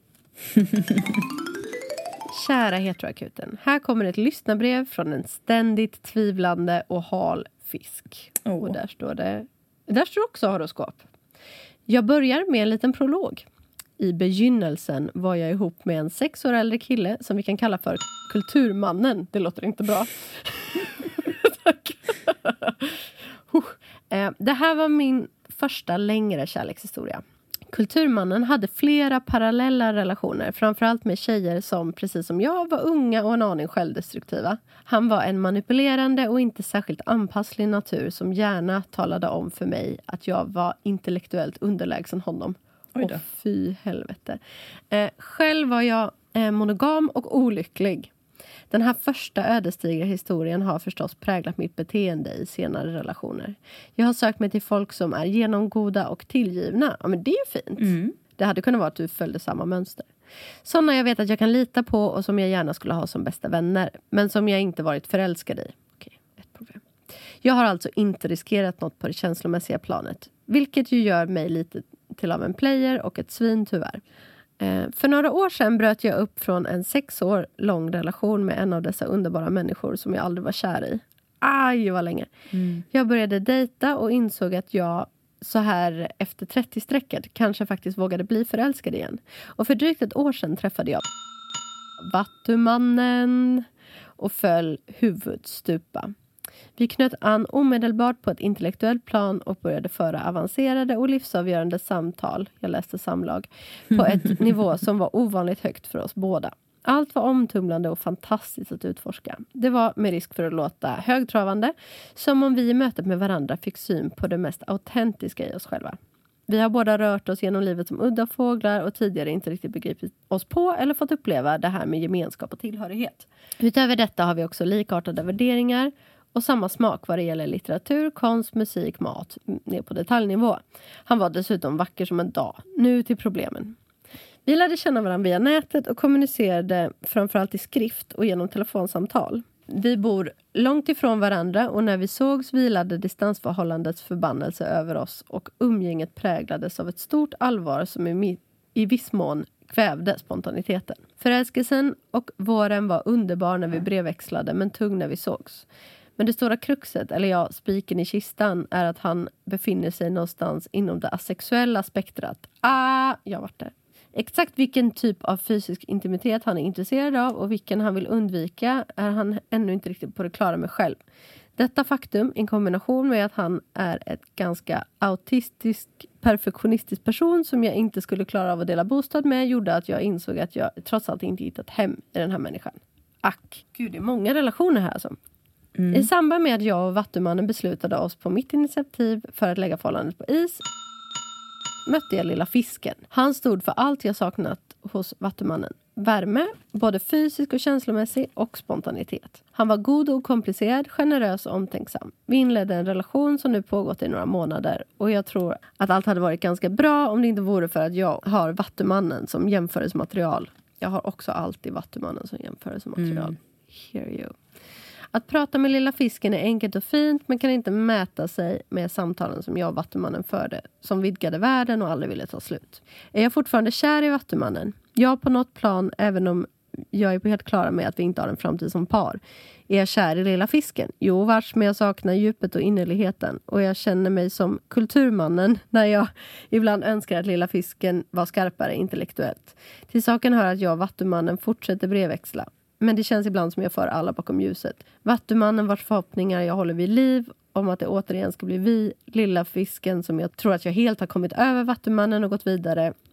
Kära Heteroakuten. Här kommer ett lyssnarbrev från en ständigt tvivlande och hal fisk. Och där står också horoskop. Jag börjar med en liten prolog. I begynnelsen var jag ihop med en 6 år äldre kille som vi kan kalla för kulturmannen. Det låter inte bra. Tack. Det här var min första längre kärlekshistoria. Kulturmannen hade flera parallella relationer, framförallt med tjejer som precis som jag var unga och en aning självdestruktiva. Han var en manipulerande och inte särskilt anpasslig natur som gärna talade om för mig att jag var intellektuellt underlägsen honom. Och fy helvete. Själv var jag monogam och olycklig. Den här första ödesdigra historien har förstås präglat mitt beteende i senare relationer. Jag har sökt mig till folk som är genomgoda och tillgivna. Ja, men det är ju fint. Mm. Det hade kunnat vara att du följde samma mönster. Sådana jag vet att jag kan lita på och som jag gärna skulle ha som bästa vänner. Men som jag inte varit förälskad i. Okej, ett problem. Jag har alltså inte riskerat något på det känslomässiga planet. Vilket ju gör mig lite till av en player och ett svin tyvärr. För några år sedan bröt jag upp från en 6 år lång relation med en av dessa underbara människor som jag aldrig var kär i. Aj, vad länge. Jag började dejta och insåg att jag så här efter 30-strecket kanske faktiskt vågade bli förälskad igen. Och för drygt ett år sedan träffade jag Vattumannen och föll huvudstupa. Vi knöt an omedelbart på ett intellektuellt plan och började föra avancerade och livsavgörande samtal. Jag läste samlag. På ett nivå som var ovanligt högt för oss båda. Allt var omtumlande och fantastiskt att utforska. Det var med risk för att låta högtravande. Som om vi i mötet med varandra fick syn på det mest autentiska i oss själva. Vi har båda rört oss genom livet som udda fåglar och tidigare inte riktigt begripit oss på eller fått uppleva det här med gemenskap och tillhörighet. Utöver detta har vi också likartade värderingar och samma smak vad det gäller litteratur, konst, musik, mat, ner på detaljnivå. Han var dessutom vacker som en dag. Nu till problemen. Vi lärde känna varandra via nätet och kommunicerade framförallt i skrift och genom telefonsamtal. Vi bor långt ifrån varandra och när vi sågs vilade distansförhållandets förbannelse över oss och umgänget präglades av ett stort allvar som i viss mån kvävde spontaniteten. Förälskelsen och våren var underbar när vi brevväxlade men tung när vi sågs. Men det stora kruxet, eller ja, spiken i kistan, är att han befinner sig någonstans inom det asexuella spektrat. Jag har varit där. Exakt vilken typ av fysisk intimitet han är intresserad av och vilken han vill undvika är han ännu inte riktigt på det klara med själv. Detta faktum, i kombination med att han är ett ganska autistisk, perfektionistisk person som jag inte skulle klara av att dela bostad med, gjorde att jag insåg att jag trots allt inte hittat hem i den här människan. Gud, det är många relationer här alltså. I samband med att jag och Vattumannen beslutade oss på mitt initiativ för att lägga förhållandet på is mötte jag lilla fisken. Han stod för allt jag saknat hos Vattumannen. Värme, både fysisk och känslomässig och spontanitet. Han var god och komplicerad, generös och omtänksam. Vi inledde en relation som nu pågått i några månader och jag tror att allt hade varit ganska bra om det inte vore för att jag har Vattumannen som jämförelsematerial. Jag har också alltid Vattumannen som jämförelsematerial. Here you. Att prata med lilla fisken är enkelt och fint men kan inte mäta sig med samtalen som jag och Vattumannen förde. Som vidgade världen och aldrig ville ta slut. Är jag fortfarande kär i Vattumannen? Ja, på något plan, även om jag är på helt klara med att vi inte har en framtid som par. Är jag kär i lilla fisken? Jo, vars, men jag saknar djupet och innerligheten. Och jag känner mig som kulturmannen när jag ibland önskar att lilla fisken var skarpare intellektuellt. Till saken hör att jag och Vattumannen fortsätter brevväxla. Men det känns ibland som jag för alla bakom ljuset. Vattumannen vars förhoppningar jag håller vid liv om att det återigen ska bli vi, lilla fisken som jag tror att jag helt har kommit över Vattumannen och gått vidare.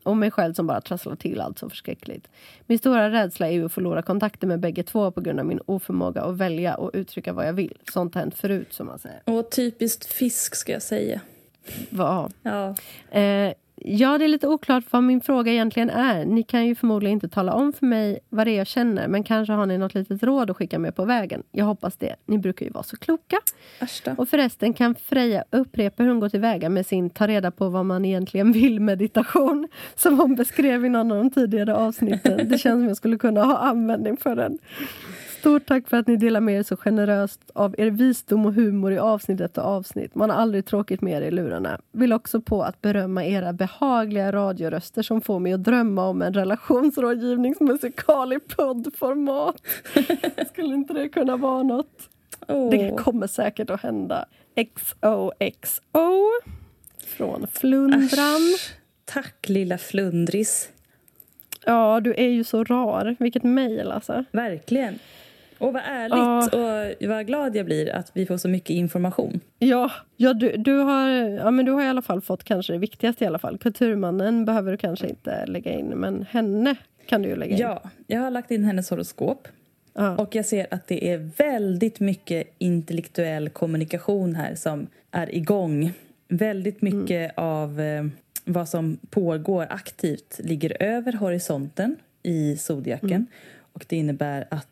Och mig själv som bara trasslar till allt så förskräckligt. Min stora rädsla är ju att förlora kontakten med bägge två på grund av min oförmåga att välja och uttrycka vad jag vill. Sånt har hänt förut, som man säger. Och typiskt fisk, ska jag säga. Vad? Ja. Ja, det är lite oklart vad min fråga egentligen är. Ni kan ju förmodligen inte tala om för mig vad det är jag känner. Men kanske har ni något litet råd att skicka med på vägen. Jag hoppas det. Ni brukar ju vara så kloka. Och förresten, kan Freja upprepa hur hon går tillväga med sin ta reda på vad man egentligen vill meditation. Som hon beskrev i någon av de tidigare avsnitten. Det känns som jag skulle kunna ha användning för den. Stort tack för att ni delar med er så generöst av er visdom och humor i avsnitt efter avsnitt. Man har aldrig tråkigt med er i lurarna. Vill också på att berömma era behagliga radioröster som får mig att drömma om en relationsrådgivningsmusikal i poddformat. Skulle inte det kunna vara något? Det kommer säkert att hända. XOXO från Flundran. Tack, lilla flundris. Ja, du är ju så rar. Vilket mejl alltså. Verkligen. Och vad ärligt och vad glad jag blir att vi får så mycket information. Ja, du har i alla fall fått kanske det viktigaste i alla fall. Kulturmannen behöver du kanske inte lägga in, men henne kan du ju lägga in. Ja, jag har lagt in hennes horoskop. Och jag ser att det är väldigt mycket intellektuell kommunikation här som är igång. Väldigt mycket av vad som pågår aktivt ligger över horisonten i zodiaken. Och det innebär att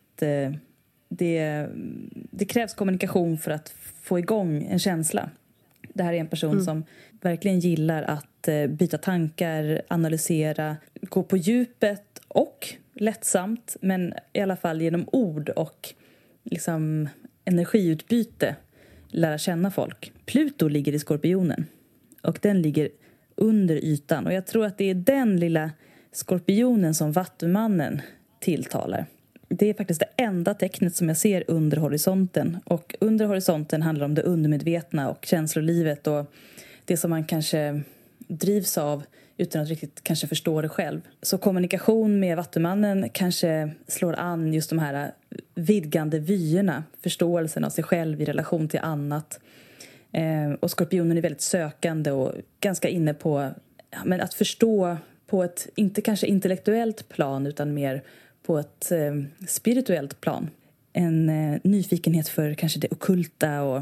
det krävs kommunikation för att få igång en känsla. Det här är en person som verkligen gillar att byta tankar, analysera, gå på djupet och lättsamt, men i alla fall genom ord och liksom energiutbyte lära känna folk. Pluto ligger i Skorpionen och den ligger under ytan, och jag tror att det är den lilla Skorpionen som Vattumannen tilltalar. Det är faktiskt det enda tecknet som jag ser under horisonten. Och under horisonten handlar om det undermedvetna och känslolivet och det som man kanske drivs av utan att riktigt kanske förstå det själv. Så kommunikation med Vattumannen kanske slår an just de här vidgande vyerna, förståelsen av sig själv i relation till annat. Och Skorpionen är väldigt sökande och ganska inne på att förstå på ett, inte kanske intellektuellt plan utan mer på ett spirituellt plan. En nyfikenhet för kanske det ockulta och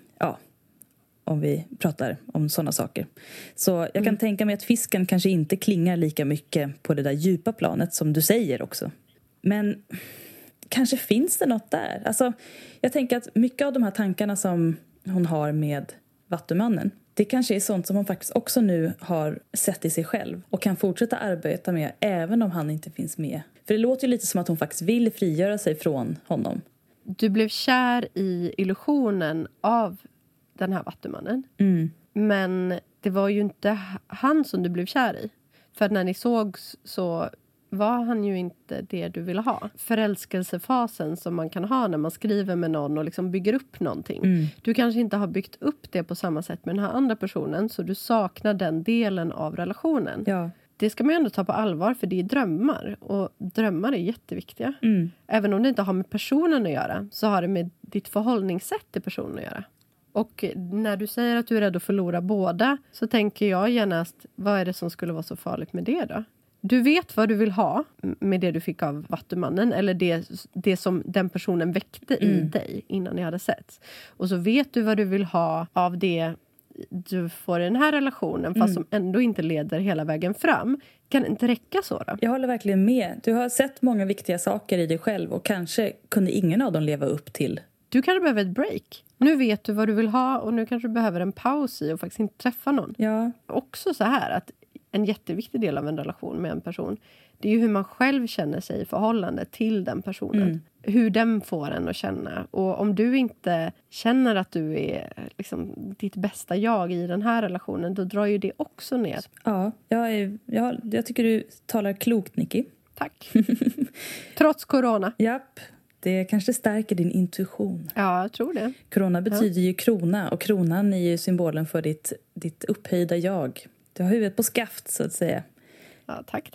om vi pratar om sådana saker. Så jag kan tänka mig att fisken kanske inte klingar lika mycket på det där djupa planet som du säger också. Men kanske finns det något där. Alltså, jag tänker att mycket av de här tankarna som hon har med Vattumannen, det kanske är sånt som hon faktiskt också nu har sett i sig själv och kan fortsätta arbeta med även om han inte finns med. För det låter ju lite som att hon faktiskt vill frigöra sig från honom. Du blev kär i illusionen av den här Vattumannen. Men det var ju inte han som du blev kär i. För när ni såg så var han ju inte det du ville ha. Förälskelsefasen som man kan ha när man skriver med någon och liksom bygger upp någonting. Du kanske inte har byggt upp det på samma sätt med den här andra personen, så du saknar den delen av relationen. Ja. Det ska man ju ändå ta på allvar, för det är drömmar. Och drömmar är jätteviktiga. Även om det inte har med personen att göra, så har det med ditt förhållningssätt till personen att göra. Och när du säger att du är rädd att förlora båda, så tänker jag genast, vad är det som skulle vara så farligt med det då? Du vet vad du vill ha med det du fick av Vattumannen. Eller det som den personen väckte i dig innan ni hade sett. Och så vet du vad du vill ha av det du får i den här relationen. Fast som ändå inte leder hela vägen fram. Kan det inte räcka så då? Jag håller verkligen med. Du har sett många viktiga saker i dig själv. Och kanske kunde ingen av dem leva upp till. Du kanske behöver ett break. Nu vet du vad du vill ha. Och nu kanske du behöver en paus i och faktiskt inte träffa någon. Ja. Också så här att en jätteviktig del av en relation med en person, det är ju hur man själv känner sig i förhållande till den personen. Hur den får en att känna. Och om du inte känner att du är liksom ditt bästa jag i den här relationen, då drar ju det också ner. Ja, jag tycker du talar klokt, Nicky. Tack. Trots corona. Japp. Det kanske stärker din intuition. Ja, jag tror det. Corona betyder ju krona. Och kronan är ju symbolen för ditt upphöjda jag. Du har huvudet på skaft, så att säga. Ja, tack.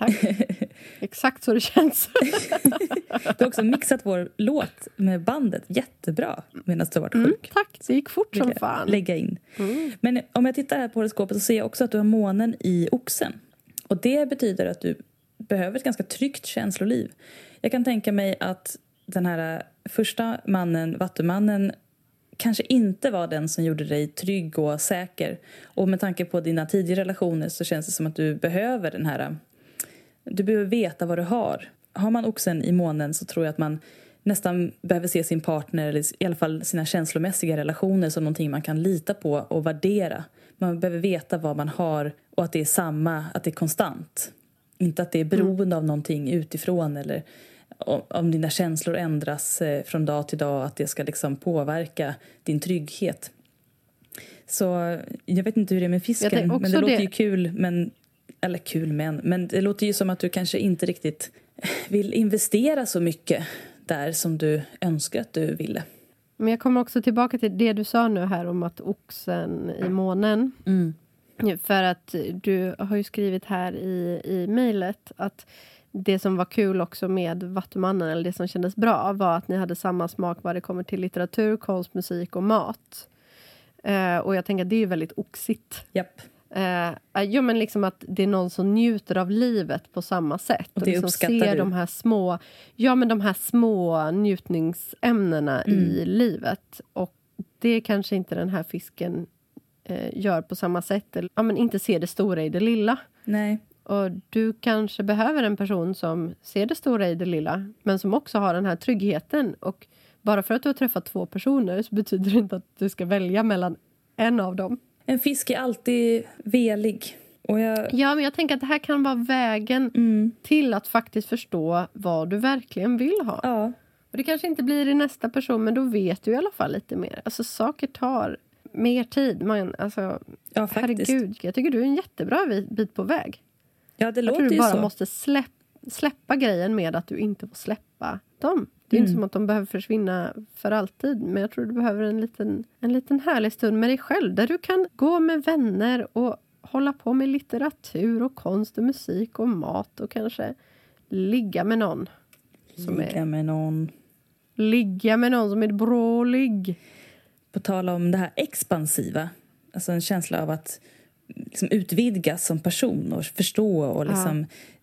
Exakt så det känns. Du har också mixat vår låt med bandet jättebra medan du har varit sjuk. Tack, det gick fort som fan. Lägga in. Men om jag tittar här på horoskopet så ser jag också att du har månen i Oxen. Och det betyder att du behöver ett ganska tryggt känsloliv. Jag kan tänka mig att den här första mannen, vattumannen, kanske inte var den som gjorde dig trygg och säker. Och med tanke på dina tidigare relationer så känns det som att du behöver den här... Du behöver veta vad du har. Har man oxen i månen så tror jag att man nästan behöver se sin partner, eller i alla fall sina känslomässiga relationer, som någonting man kan lita på och värdera. Man behöver veta vad man har och att det är samma, att det är konstant. Inte att det är beroende av någonting utifrån, eller om dina känslor ändras från dag till dag, att det ska liksom påverka din trygghet. Så jag vet inte hur det är med fisken, men det låter ju kul, men det låter ju som att du kanske inte riktigt vill investera så mycket där som du önskar att du ville. Men jag kommer också tillbaka till det du sa nu här om att oxen i månen. För att du har ju skrivit här i mejlet att det som var kul också med Vattumannen, eller det som kändes bra, var att ni hade samma smak vad det kommer till litteratur, konst, musik och mat. Och jag tänker att det är väldigt oxigt. Japp. Jo, men liksom att det är någon som njuter av livet på samma sätt. Och det liksom uppskattar ser du. de här små njutningsämnena i livet. Och det kanske inte den här fisken gör på samma sätt. Eller, men inte ser det stora i det lilla. Nej. Och du kanske behöver en person som ser det stora i det lilla, men som också har den här tryggheten. Och bara för att du har träffat 2 personer så betyder det inte att du ska välja mellan en av dem. En fisk är alltid velig. Och Ja, men jag tänker att det här kan vara vägen till att faktiskt förstå vad du verkligen vill ha. Ja. Och det kanske inte blir i nästa person, men då vet du i alla fall lite mer. Alltså saker tar mer tid. Ja, faktiskt. Herregud, jag tycker du är en jättebra bit på väg. Ja, det låter ju så. Jag tror du bara måste släppa grejen med att du inte får släppa dem. Det är inte som att de behöver försvinna för alltid. Men jag tror du behöver en liten härlig stund med dig själv. Där du kan gå med vänner och hålla på med litteratur och konst och musik och mat. Och kanske ligga med någon. Ligga med någon som är brålig. På tal om det här expansiva. Alltså en känsla av att liksom utvidgas som person och förstå och liksom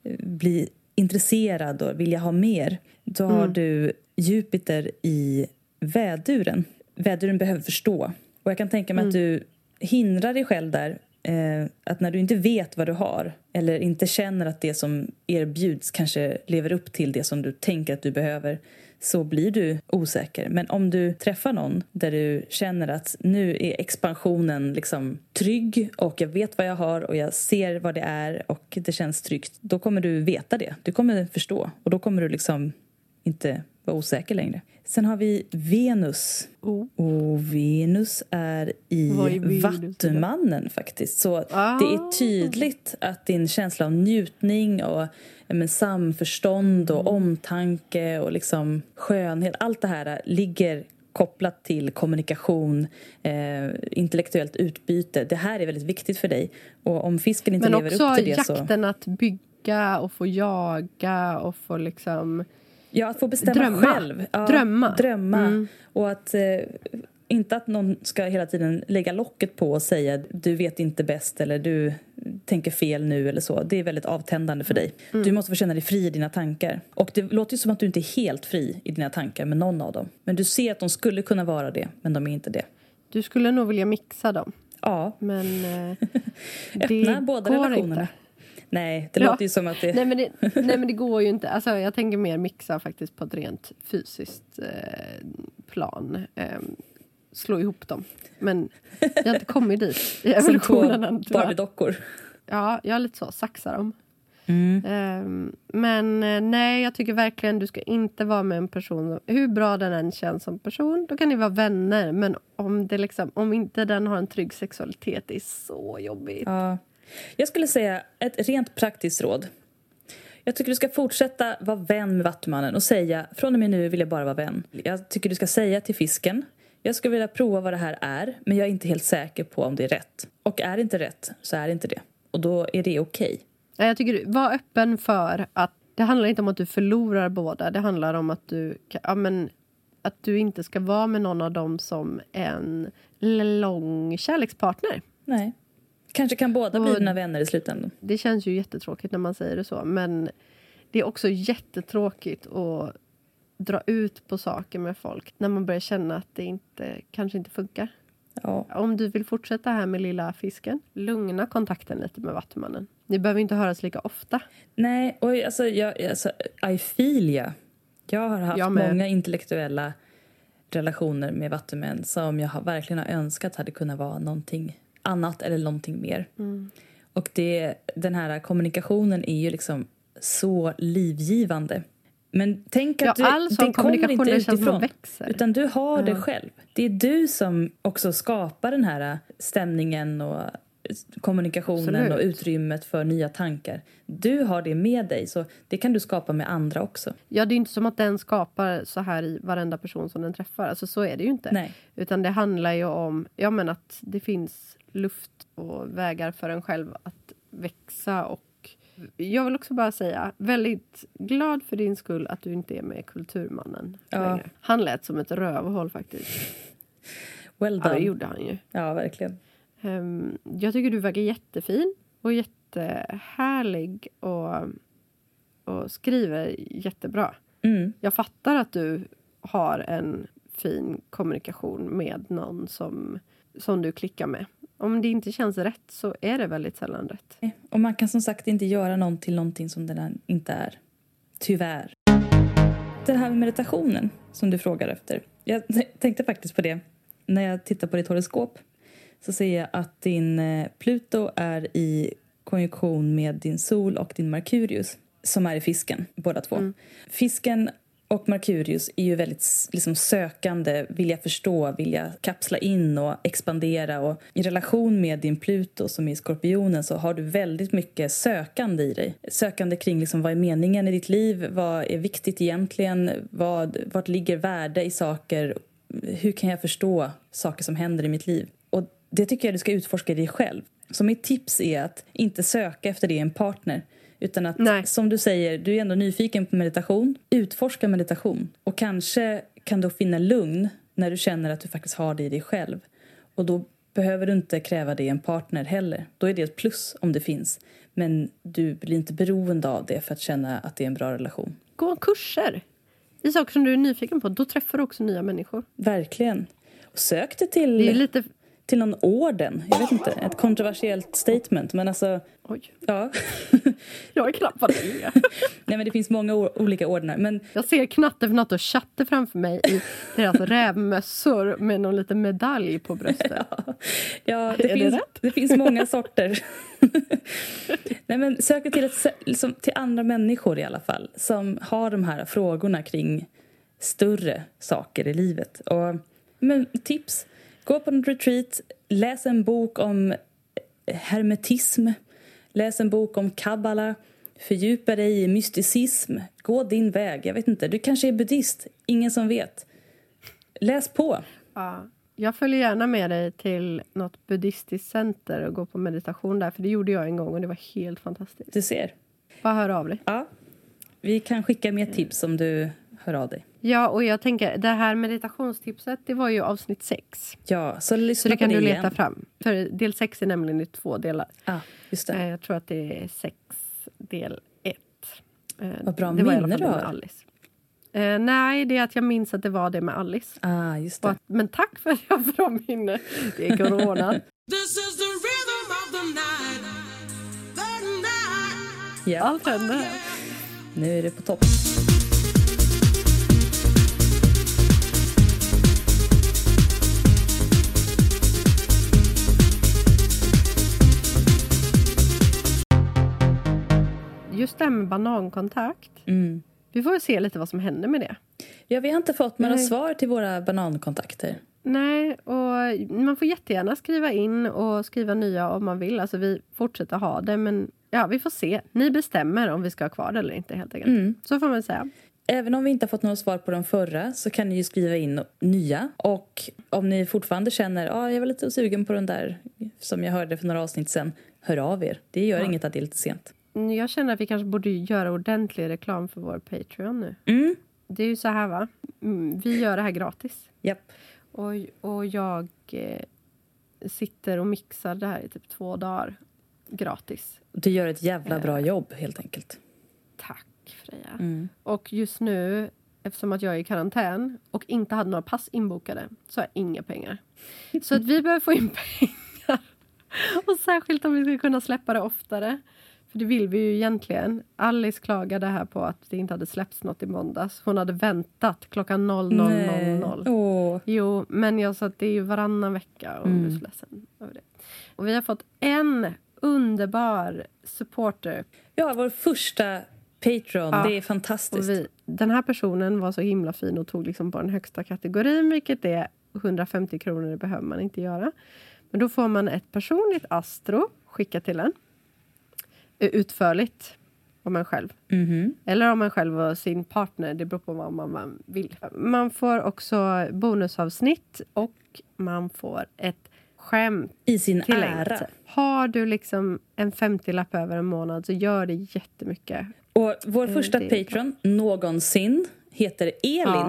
bli intresserad och vilja ha mer. Då har du Jupiter i väduren. Väduren behöver förstå. Och jag kan tänka mig att du hindrar dig själv där. Att när du inte vet vad du har, eller inte känner att det som erbjuds kanske lever upp till det som du tänker att du behöver, så blir du osäker. Men om du träffar någon där du känner att nu är expansionen liksom trygg och jag vet vad jag har och jag ser vad det är och det känns tryggt, då kommer du veta det. Du kommer förstå och då kommer du liksom inte vara osäker längre. Sen har vi Venus. Och Venus är i Vattumannen faktiskt. Så det är tydligt att din känsla av njutning och samförstånd och omtanke och liksom skönhet, allt det här ligger kopplat till kommunikation, intellektuellt utbyte. Det här är väldigt viktigt för dig. Och om fisken inte lever upp till det så... Men också jakten att bygga och få jaga och få liksom... Ja, att få bestämma själv. Ja, drömma. Och att inte att någon ska hela tiden lägga locket på och säga du vet inte bäst eller du tänker fel nu eller så. Det är väldigt avtändande för dig. Du måste få känna dig fri i dina tankar. Och det låter ju som att du inte är helt fri i dina tankar med någon av dem. Men du ser att de skulle kunna vara det, men de är inte det. Du skulle nog vilja mixa dem. Ja. Men öppna båda relationerna. Inte. Nej, det låter ju som att det... Nej, men det går ju inte. Alltså, jag tänker mer mixa faktiskt på ett rent fysiskt plan. Slå ihop dem. Men jag har inte kommit dit i evolutionen. Som 2 Barbie-dockor. Ja, jag är lite så. Saxar dem. Men nej, jag tycker verkligen du ska inte vara med en person. Hur bra den än känns som person, då kan ni vara vänner. Men om inte den har en trygg sexualitet, det är så jobbigt. Ja. Jag skulle säga ett rent praktiskt råd. Jag tycker du ska fortsätta vara vän med Vattumannen och säga, från och med nu vill jag bara vara vän. Jag tycker du ska säga till fisken, jag skulle vilja prova vad det här är, men jag är inte helt säker på om det är rätt. Och är det inte rätt så är det inte det. Och då är det okej. Jag tycker var öppen för att det handlar inte om att du förlorar båda. Det handlar om att att du inte ska vara med någon av dem som en lång kärlekspartner. Nej. Kanske kan båda bli dina vänner i slutändan. Det känns ju jättetråkigt när man säger det så. Men det är också jättetråkigt att dra ut på saker med folk. När man börjar känna att det kanske inte funkar. Ja. Om du vill fortsätta här med lilla fisken, lugna kontakten lite med Vattumannen. Ni behöver inte höras lika ofta. Nej, och I feel you. Jag har haft många intellektuella relationer med vattumän som jag verkligen har önskat hade kunnat vara någonting annat eller någonting mer. Och den här kommunikationen är ju liksom så livgivande. Men tänk att det kommer inte utifrån, utan du har det själv. Det är du som också skapar den här stämningen och kommunikationen och utrymmet för nya tankar. Du har det med dig, så det kan du skapa med andra också. Ja, det är inte som att den skapar så här i varenda person som den träffar. Alltså så är det ju inte. Nej. Utan det handlar ju om att det finns luft och vägar för en själv att växa. Och jag vill också bara säga, väldigt glad för din skull att du inte är med Kulturmannen längre. Han lät som ett rövhål faktiskt. Well done. Ja, det gjorde han ju. Ja, verkligen. Jag tycker du verkar jättefin och jättehärlig och skriver jättebra. Jag fattar att du har en fin kommunikation med någon som du klickar med. Om det inte känns rätt så är det väldigt sällan rätt. Och man kan som sagt inte göra någon till någonting som den inte är. Tyvärr. Det här med meditationen som du frågar efter. Jag tänkte faktiskt på det när jag tittar på ditt horoskop. Så ser jag att din Pluto är i konjunktion med din Sol och din Merkurius. Som är i fisken, båda två. Fisken och Merkurius är ju väldigt liksom, sökande, vilja förstå, vilja kapsla in och expandera. Och i relation med din Pluto som är i Skorpionen så har du väldigt mycket sökande i dig. Sökande kring liksom, vad är meningen i ditt liv, vad är viktigt egentligen, vart ligger värde i saker, hur kan jag förstå saker som händer i mitt liv. Och det tycker jag du ska utforska i dig själv. Så mitt tips är att inte söka efter det i en partner. Utan att, som du säger, du är ändå nyfiken på meditation. Utforska meditation. Och kanske kan du finna lugn när du känner att du faktiskt har det i dig själv. Och då behöver du inte kräva det i en partner heller. Då är det ett plus om det finns. Men du blir inte beroende av det för att känna att det är en bra relation. Gå kurser i saker som du är nyfiken på. Då träffar du också nya människor. Verkligen. Och sök dig till... Det är lite... till någon orden. Jag vet inte, ett kontroversiellt statement. Men alltså... Oj. Ja. Jag är knappt vad det är. Nej, men det finns många olika ordnar. Men... Jag ser Knatte för natt och Chatte framför mig i deras rävmössor med någon liten medalj på bröstet. Ja, det finns många sorter. Nej, men sök till andra människor i alla fall. Som har de här frågorna kring större saker i livet. Men tips... Gå på en retreat, läs en bok om hermetism, läs en bok om kabbala, fördjupa dig i mysticism, gå din väg. Jag vet inte, du kanske är buddhist, ingen som vet. Läs på. Ja, jag följer gärna med dig till något buddhistiskt center och gå på meditation där, för det gjorde jag en gång och det var helt fantastiskt. Du ser. Bara hör av dig. Ja, vi kan skicka mer tips om du hör av dig. Ja, och jag tänker, det här meditationstipset, det var ju avsnitt 6. Ja, så lyssna det kan på du det leta igen. fram. För del 6 är nämligen i 2 delar. Ja, just det. Jag tror att det är 6 del 1. Vad bra det var minne du har. Alice. Nej, det är att jag minns att det var det med Alice. Ah, just det. Men tack för att jag har bra minne. Det är corona. This is the rhythm of the night. The night. Ja. Allt händer. Nu är det på topp. Just det här med banankontakt. Vi får se lite vad som händer med det. Ja, vi har inte fått några svar till våra banankontakter. Nej, och man får jättegärna skriva in och skriva nya om man vill. Alltså vi fortsätter ha det, men ja, vi får se. Ni bestämmer om vi ska ha kvar det eller inte helt enkelt. Så får man säga. Även om vi inte har fått några svar på de förra så kan ni ju skriva in nya. Och om ni fortfarande känner jag var lite sugen på den där som jag hörde för några avsnitt sedan, hör av er. Det gör inget att det är lite sent. Jag känner att vi kanske borde göra ordentlig reklam för vår Patreon nu. Det är ju så här, va? Vi gör det här gratis. Japp. Och jag sitter och mixar det här i typ 2 dagar. Gratis. Du gör ett jävla bra jobb helt enkelt. Tack Freja. Och just nu, eftersom att jag är i karantän och inte hade några pass inbokade, så har jag inga pengar. Så att vi behöver få in pengar. Och särskilt om vi ska kunna släppa det oftare. För det vill vi ju egentligen. Alice klagade här på att det inte hade släppts något i måndags. Hon hade väntat klockan 00:00. Jo, men jag sa att det är ju varannan vecka och du är så ledsen över det. Och vi har fått en underbar supporter. Ja, vår första Patreon. Ja, det är fantastiskt. Den här personen var så himla fin och tog liksom på den högsta kategorin, vilket är 150 kronor, det behöver man inte göra. Men då får man ett personligt astro skickat till en. Utförligt om man själv. Eller om man själv och sin partner, det beror på vad man vill. Man får också bonusavsnitt och man får ett skämt i sin ära. Har du liksom en 50-lapp över en månad så gör det jättemycket. Och vår första Patreon någonsin heter Elin. Ja.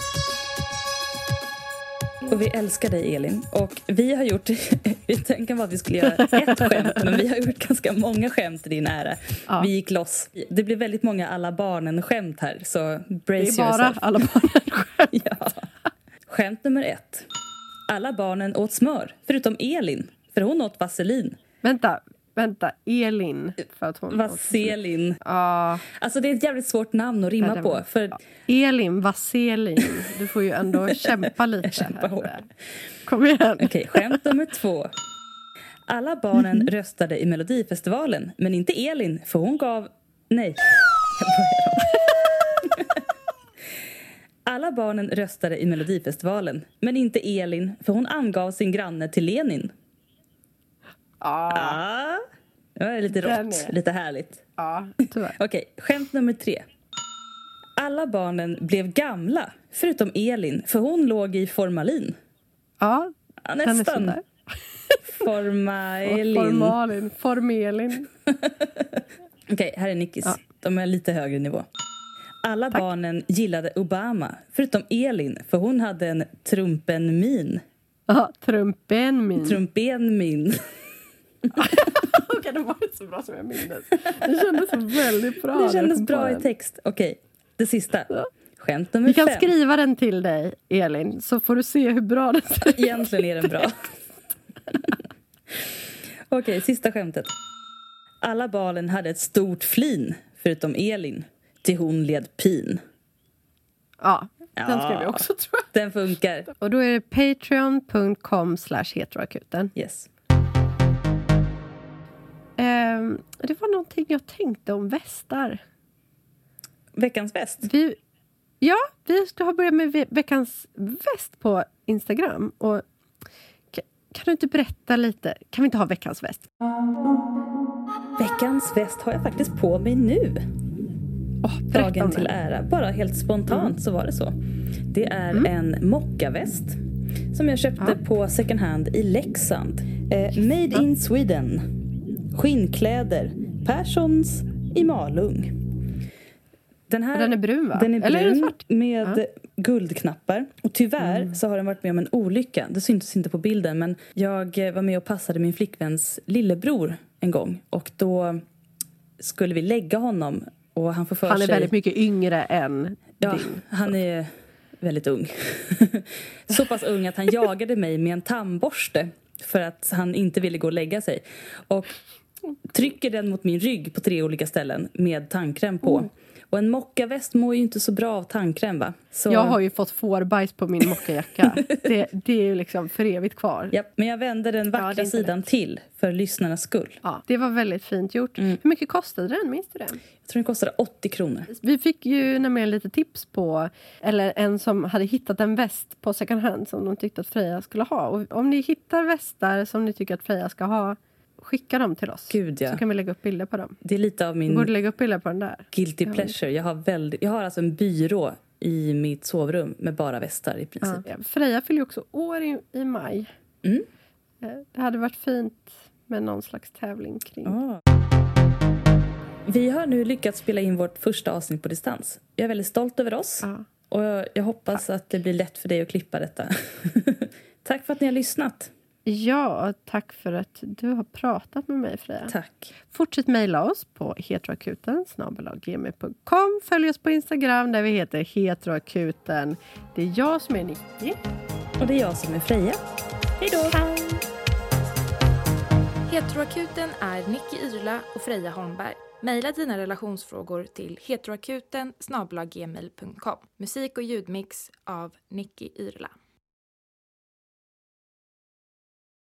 Och vi älskar dig Elin. Och vi har gjort, vi tänkte att vi skulle göra ett skämt, men vi har gjort ganska många skämt i din ära. Ja. Vi gick loss. Det blir väldigt många alla barnen-skämt här, så brace yourself. Det är bara alla barnen-skämt. Ja. Skämt nummer 1. Alla barnen åt smör, förutom Elin. För hon åt vaselin. Vänta, Elin. För att hon Vaselin. Alltså det är ett jävligt svårt namn att rimma på. För... Elin, Vaselin. Du får ju ändå kämpa lite. Kämpa hårt. Kom igen. Okej, skämt nummer 2. Alla barnen röstade i Melodifestivalen. Men inte Elin, för hon gav... Nej. Alla barnen röstade i Melodifestivalen. Men inte Elin, för hon angav sin granne till Lenin. Det var lite rått, lite härligt. Ja, tyvärr. Okej, skämt nummer 3. Alla barnen blev gamla, förutom Elin, för hon låg i formalin. Ja, nästan. Formelin. Okej, här är Nickis. Ja. De är lite högre nivå. Alla barnen gillade Obama, förutom Elin, för hon hade en trumpenmin. Ja, trumpenmin. Okej, det var inte så bra som jag minns. Det kändes väldigt bra. Det kändes bra i text. Okej, det sista. Skämt nummer 5. Vi kan skriva den till dig, Elin, så får du se hur bra den ser ut. Egentligen är den bra. Okej, sista skämtet. Alla barnen hade ett stort flin, förutom Elin. Till hon led pin. Ja, den ska vi också, tror jag. Den funkar. Och då är det patreon.com/heteroakuten. Yes. Det var någonting jag tänkte om västar. Veckans väst? Vi ska ha börjat med veckans väst på Instagram. Och kan du inte berätta lite? Kan vi inte ha veckans väst? Veckans väst har jag faktiskt på mig nu. Dagen till ära. Bara helt spontant så var det så. Det är en mockaväst som jag köpte på second hand i Leksand. Made in Sweden. Skinnkläder. Perssons i Malung. Den är brun, va? Den är brun. Eller är den svart? Med guldknappar. Och tyvärr så har den varit med om en olycka. Det syntes inte på bilden, men jag var med och passade min flickväns lillebror en gång. Och då skulle vi lägga honom. Och han får för Han är sig... väldigt mycket yngre än din. Han är väldigt ung. Så pass ung att han jagade mig med en tandborste för att han inte ville gå och lägga sig. Och trycker den mot min rygg på 3 olika ställen med tandkräm på. Och en mockaväst mår ju inte så bra av tandkräm, va? Så... Jag har ju fått fårbajs på min mockajacka. det är ju liksom för evigt kvar. Ja, men jag vände den vackra sidan till för lyssnarnas skull. Ja, det var väldigt fint gjort. Hur mycket kostade den? Minns du det? Jag tror den kostade 80 kronor. Vi fick ju nämligen lite tips på, eller en som hade hittat en väst på second hand som de tyckte att Freja skulle ha. Och om ni hittar västar som ni tycker att Freja ska ha, skicka dem till oss. Gud, ja. Så kan vi lägga upp bilder på dem. Det är lite av min... Vi borde lägga upp bilder på den där. Guilty pleasure. Jag har alltså en byrå i mitt sovrum med bara västar i princip. Ja. Freja fyller ju också år i maj. Det hade varit fint med någon slags tävling kring. Vi har nu lyckats spela in vårt första avsnitt på distans. Jag är väldigt stolt över oss. Och jag hoppas att det blir lätt för dig att klippa detta. Tack för att ni har lyssnat. Ja, tack för att du har pratat med mig, Freja. Tack. Fortsätt mejla oss på heteroakuten@gmail.com. Följ oss på Instagram där vi heter heteroakuten. Det är jag som är Nicky. Och det är jag som är Freja. Hej då! Heteroakuten är Nicky Yrla och Freja Holmberg. Maila dina relationsfrågor till heteroakuten@gmail.com. Musik och ljudmix av Nicky Yrla.